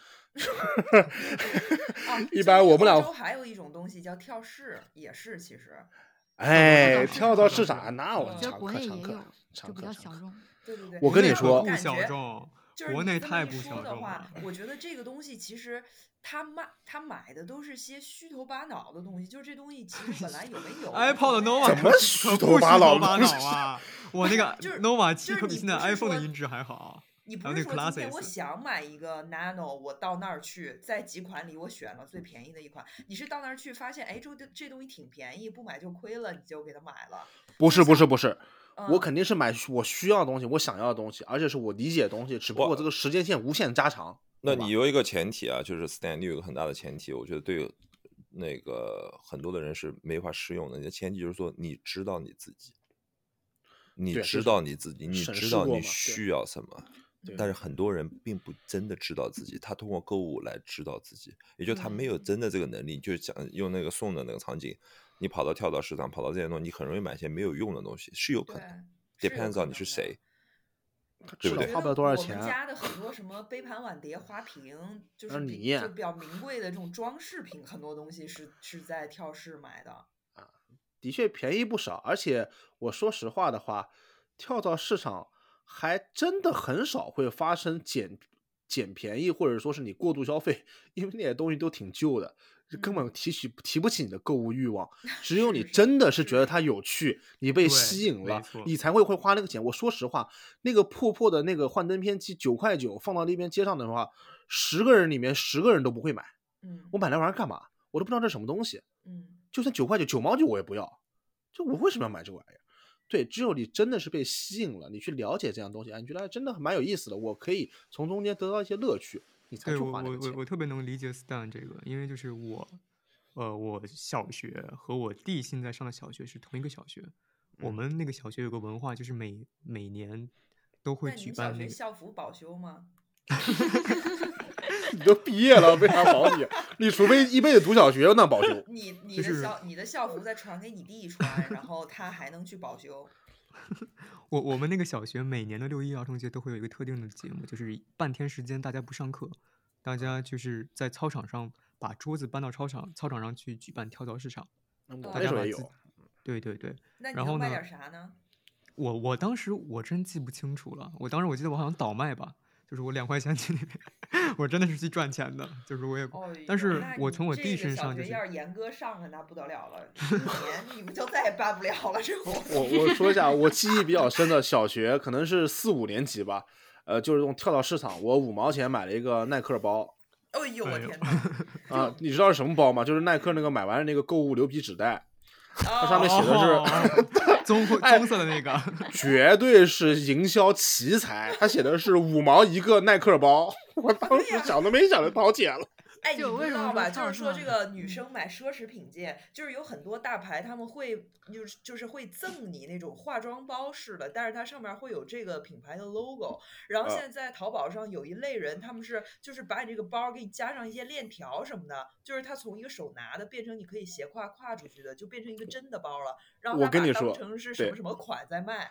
一般我们俩还有一种东西叫跳市，也是其实。 哎，跳蚤市场那我觉得国内也有，就比较小众。 对对对， 我跟你说， 不小众，国内太不小众了。我觉得这个东西其实他买的都是些虚头巴脑的东西，就是这东西其实本来有没有。 iPod Nova 怎么虚头巴脑啊？我那个 Nova 7可比现在 iPhone 的音质还好。 你不是说今天我想买一个 Nano， 我到那儿去，在几款里我选了最便宜的一款。你是到那儿去发现，哎，这东西挺便宜，不买就亏了，你就给它买了？ 不是，我肯定是买我需要的东西，我想要的东西，而且是我理解的东西，只不过这个时间线无限加长。 那你有一个前提啊，就是 Stan， 你有一个很大的前提，我觉得对那个很多的人是没法适用的。你的前提就是说，你知道你自己，你知道你自己，你知道你需要什么。但是很多人并不真的知道自己，他通过购物来知道自己，也就是他没有真的这个能力。就是讲用那个送的那个场景，你跑到跳蚤市场，跑到这些东西，你很容易买些没有用的东西，是有可能。depends on 你是谁，对不对？ 花不了多少钱。 我们家的很多什么杯盘碗碟、花瓶，就是比较名贵的这种装饰品，很多东西是在跳市买的啊，的确便宜不少。而且我说实话的话，跳蚤市场还真的很少会发生捡便宜，或者说是你过度消费，因为那些东西都挺旧的，根本提不起你的购物欲望。只有你真的是觉得它有趣，你被吸引了，你才会花那个钱。我说实话，那个破的那个幻灯片机9块9放到那边街上的话，10个人里面10个人都不会买。我买那玩意儿干嘛？我都不知道这是什么东西。就算9块9、9毛9我也不要。就我为什么要买这个玩意儿？对，只有你真的是被吸引了，你去了解这样东西，你觉得真的蛮有意思的，我可以从中间得到一些乐趣，你才去花那个钱。 我特别能理解 Stan 这个，因为就是我小学和我弟现在上的小学是同一个小学，我们那个小学有个文化，就是每年都会举办那个。 校服保修吗？ 你都毕业了，为啥保你？你除非一辈子读小学，那保修。 你的校服再传给你弟穿，然后他还能去保修。 我们那个小学每年的6·1儿童节都会有一个特定的节目，就是半天时间大家不上课，大家就是在操场上把桌子搬到操场上去举办跳蚤市场。大家也有。 对对对。 那你能卖点啥呢？ 我当时我真记不清楚了，我当时我记得我好像倒卖吧。就是我2块钱去那边，我真的是去赚钱的。就是我也，但是我从我弟身上就是。 要是严格上了，那不得了了，1年你们就再也办不了了。这我说一下，我记忆比较深的小学可能是4、5年级吧，就是用跳蚤市场，我5毛钱买了一个耐克包。 哎呦我天哪！啊，你知道是什么包吗？就是耐克那个买完那个购物牛皮纸袋。它上面写的是棕色的那个， 绝对是营销奇才。它写的是5毛一个耐克包，我当时想都没想就掏钱了。 哎，你不知道吧？就是说这个女生买奢侈品界，就是有很多大牌他们会就是会赠你那种化妆包式的，但是它上面会有这个品牌的 logo。然后现在淘宝上有一类人，他们就是把你这个包给你加上一些链条什么的，就是它从一个手拿的变成你可以斜挎出去的，就变成一个真的包了。然后它把它当成是什么什么款在卖。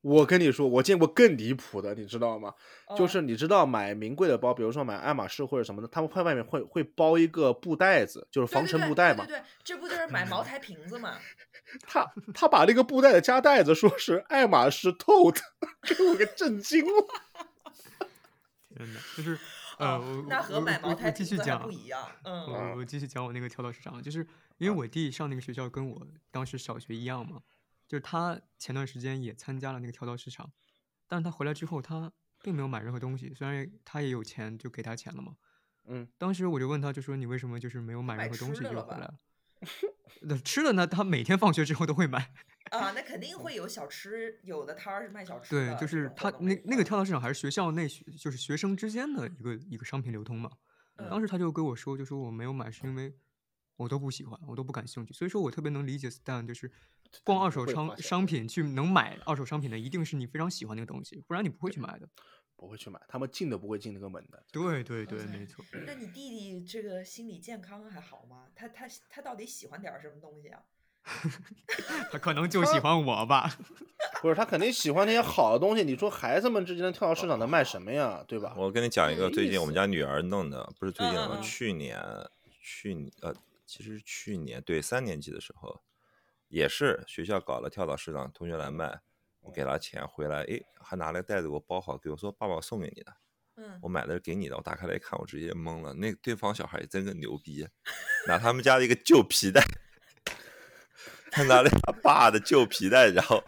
我跟你说，我见过更离谱的，你知道吗？就哦是你知道买名贵的包，比如说买爱马仕或者什么的，他们外面会包一个布袋子，就是防对对对尘布袋嘛。 对对对，这不就是买茅台瓶子嘛？ 他把那个布袋子加袋子说是爱马仕透的，给我给震惊了。 天哪，就是那和买茅台我继续讲瓶子还不，一样。 我继续讲我那个跳蚤市场，就是因为我弟上那个学校跟我当时小学一样嘛，就是他前段时间也参加了那个跳蚤市场，但是他回来之后他并没有买任何东西，虽然他也有钱，就给他钱了嘛。当时我就问他，就说你为什么就是没有买任何东西就回来了？那吃的呢，他每天放学之后都会买。 啊，那肯定会有小吃，有的摊儿是卖小吃对， 的。 就是他那个跳蚤市场还是学校内就是学生之间的一个商品流通嘛。当时他就跟我说，就说我没有买是因为我都不喜欢，我都不感兴趣。所以说我特别能理解 Stan，就是逛二手商品去能买二手商品的，一定是你非常喜欢那个东西，不然你不会去买的。 不会去买，他们进都不会进那个门的。 对对对，没错。 那你弟弟这个心理健康还好吗？他到底喜欢点什么东西啊？ 他可能就喜欢我吧。 不是，他肯定喜欢那些好的东西。你说孩子们之间的跳蚤市场能卖什么呀？对吧？ 我跟你讲一个没最近我们意思家女儿弄的，不是最近了， 嗯去年其实是去年对3年级的时候，也是学校搞了跳蚤市场，同学来卖，我给他钱回来，哎，还拿了个袋子给我包好，给我说爸爸我送给你的。我买的是给你的，我打开来一看，我直接懵了。那对方小孩也真个牛逼，拿他们家的一个旧皮带，他拿了他爸的旧皮带，然后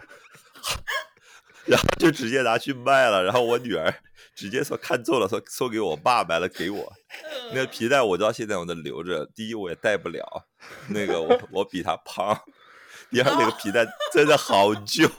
就直接拿去卖了。然后我女儿直接说看中了，说送给我爸，买了给我。那个皮带我到现在我都留着，第一我也戴不了，那个我比他胖，第二那个皮带真的好旧。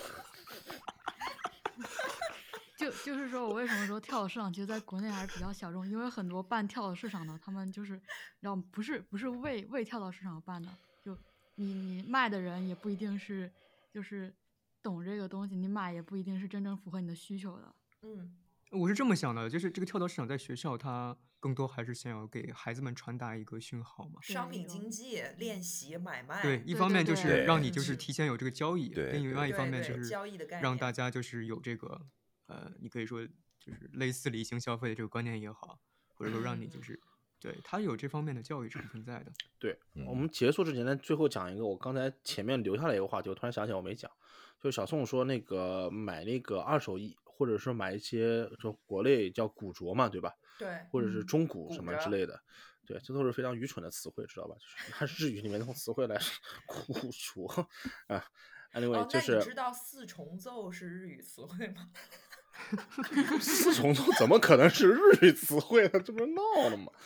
就是说我为什么说跳蚤市场其实在国内还是比较小众，因为很多办跳蚤市场的，他们就是不是为跳蚤市场办的，就你卖的人也不一定是就是懂这个东西，你买也不一定是真正符合你的需求的。 我是这么想的，就是这个跳蚤市场在学校，它更多还是想要给孩子们传达一个讯号嘛。 商品经济练习买卖。 对，一方面就是让你就是提前有这个交易， 对， 另外一方面就是交易的概念， 让大家就是有这个你可以说就是类似理性消费的这个观念也好，或者说让你就是对它有这方面的教育成分在的。 对，我们结束之前呢，最后讲一个我刚才前面留下来一个话题，我突然想起来我没讲，就是小宋说那个买那个二手衣，或者是买一些就国内叫古着嘛，对吧？ 对， 或者是中古什么之类的。对，这都是非常愚蠢的词汇，知道吧？就是拿日语里面那种词汇来古着啊。Anyway，就是那你知道四重奏是日语词汇吗？ 四重奏怎么可能是日语词汇呢？这不是闹了吗？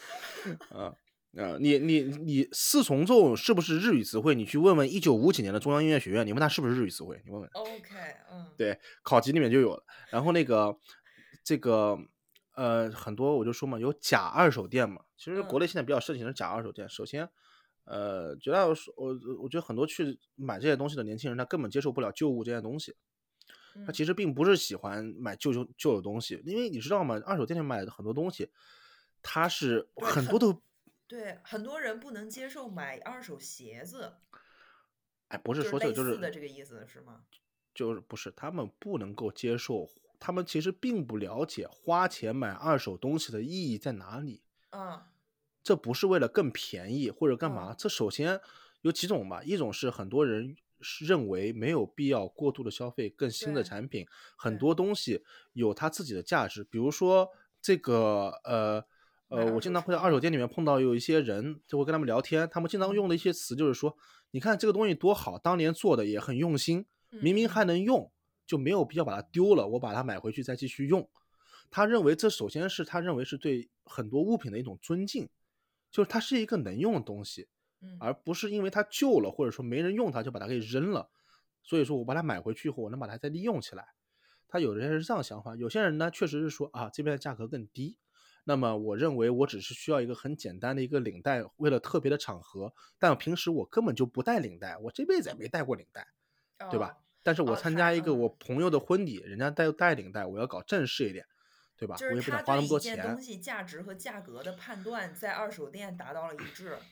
你四重奏是不是日语词汇？你去问问1950几年的中央音乐学院，你问他是不是日语词汇？你问问。 OK， 对，考级里面就有了。然后那个这个很多我就说嘛，有假二手店嘛。其实国内现在比较盛行的假二手店，首先绝大多数我觉得很多去买这些东西的年轻人，他根本接受不了旧物这些东西。他其实并不是喜欢买旧的东西，因为你知道吗？二手店里买的很多东西，它是很多都对，很多人不能接受买二手鞋子。 哎，不是说这个，就是的这个意思是吗？ 就是不是他们不能够接受，他们其实并不了解花钱买二手东西的意义在哪里。这不是为了更便宜或者干嘛，这首先有几种吧，一种是很多人认为没有必要过度的消费更新的产品，很多东西有它自己的价值，比如说这个我经常会在二手店里面碰到有一些人，就会跟他们聊天，他们经常用的一些词就是说，你看这个东西多好，当年做的也很用心，明明还能用，就没有必要把它丢了，我把它买回去再继续用。他认为这首先是他认为是对很多物品的一种尊敬，就是它是一个能用的东西，而不是因为它旧了或者说没人用它就把它给扔了。所以说我把它买回去以后，我能把它再利用起来。他有的人是这样想法，有些人呢确实是说啊，这边的价格更低，那么我认为我只是需要一个很简单的一个领带，为了特别的场合，但平时我根本就不带领带，我这辈子也没带过领带，对吧？但是我参加一个我朋友的婚礼，人家带领带，我要搞正式一点，对吧？ 就是我也不想花那么多钱。 他对一件东西价值和价格的判断在二手店达到了一致。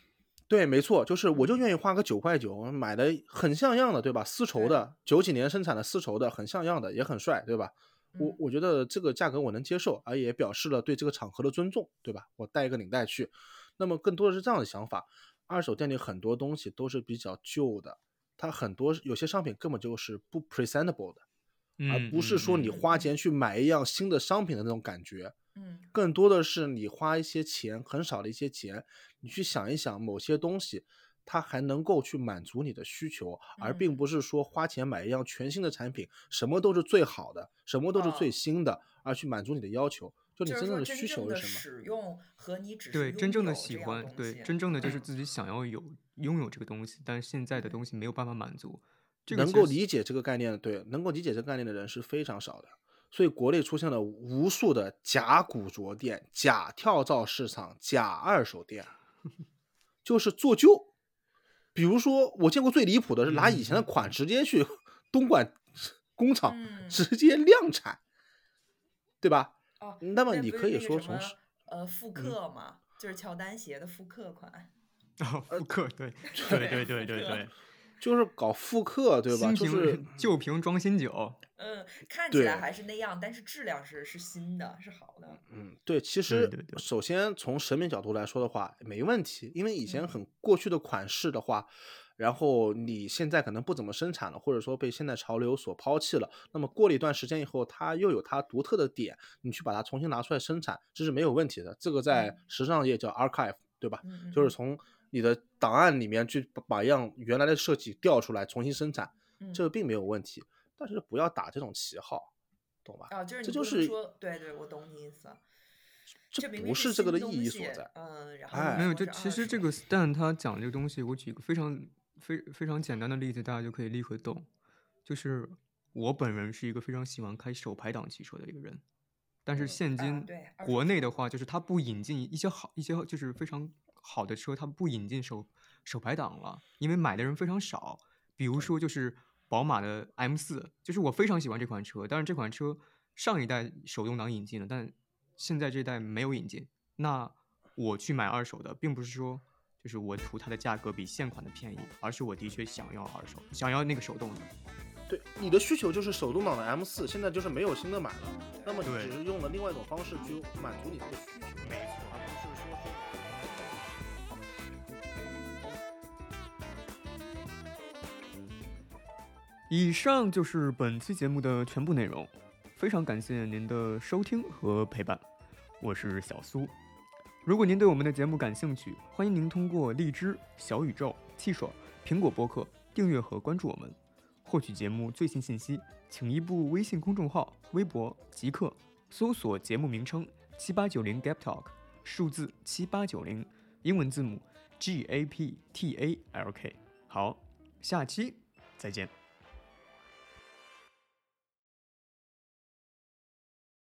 对，没错，就是我就愿意花个9.9块买的很像样的，对吧？丝绸的，90几年生产的丝绸的，很像样的，也很帅，对吧？我觉得这个价格我能接受，而也表示了对这个场合的尊重，对吧？我带一个领带去，那么更多的是这样的想法。二手店里很多东西都是比较旧的，它很多有些商品根本就是不 presentable 的，而不是说你花钱去买一样新的商品的那种感觉。更多的是你花一些钱，很少的一些钱，你去想一想某些东西它还能够去满足你的需求，而并不是说花钱买一样全新的产品，什么都是最好的，什么都是最新的，而去满足你的要求。就你真正的需求是什么？ 使用和你只是对真正的喜欢，对真正的就是自己想要拥有这个东西，但是现在的东西没有办法满足。 能够理解这个概念的，对，能够理解这个概念的人是非常少的。所以国内出现了无数的假古着店、假跳蚤市场、假二手店，就是做旧。比如说，我见过最离谱的是拿以前的款直接去东莞工厂直接量产，对吧？那么你可以说从复刻嘛，就是乔丹鞋的复刻款。 复刻，对对对对对对， 就是搞复刻，对吧？就是旧瓶装新酒。 看起来还是那样，但是质量是新的，是好的。 对，其实首先从审美角度来说的话，没问题，因为以前很过去的款式的话，然后你现在可能不怎么生产了，或者说被现在潮流所抛弃了，那么过了一段时间以后，它又有它独特的点，你去把它重新拿出来生产，这是没有问题的。这个在时尚业叫 archive， 对吧？就是从你的档案里面去把一样原来的设计调出来重新生产，这个并没有问题。但是不要打这种旗号，懂吧？ 就是这就是说，对，我懂你意思。 这不是这个的意义所在。 然后没有，其实这个 Stan 他讲这个东西，我举一个非常简单的例子，大家就可以立刻懂。就是我本人是一个非常喜欢开手排档汽车的一个人，但是现今国内的话，就是他不引进一些就是非常好的车，他不引进手排档了，因为买的人非常少。比如说就是宝马的 M4，就是我非常喜欢这款车，但是这款车上一代手动挡引进了，但现在这代没有引进。那我去买二手的，并不是说就是我图它的价格比现款的便宜，而是我的确想要二手，想要那个手动的。 对，你的需求就是手动挡的 M4，现在就是没有新的买了，那么你只是用了另外一种方式去满足你这个需求。 没错。以上就是本期节目的全部内容，非常感谢您的收听和陪伴，我是小苏。如果您对我们的节目感兴趣，欢迎您通过荔枝、小宇宙、汽水、苹果播客订阅和关注我们。获取节目最新信息，请移步微信公众号、微博即刻搜索节目名称7890 Gap Talk， 数字7890，英文字母 GAPTALK。好，下期再见。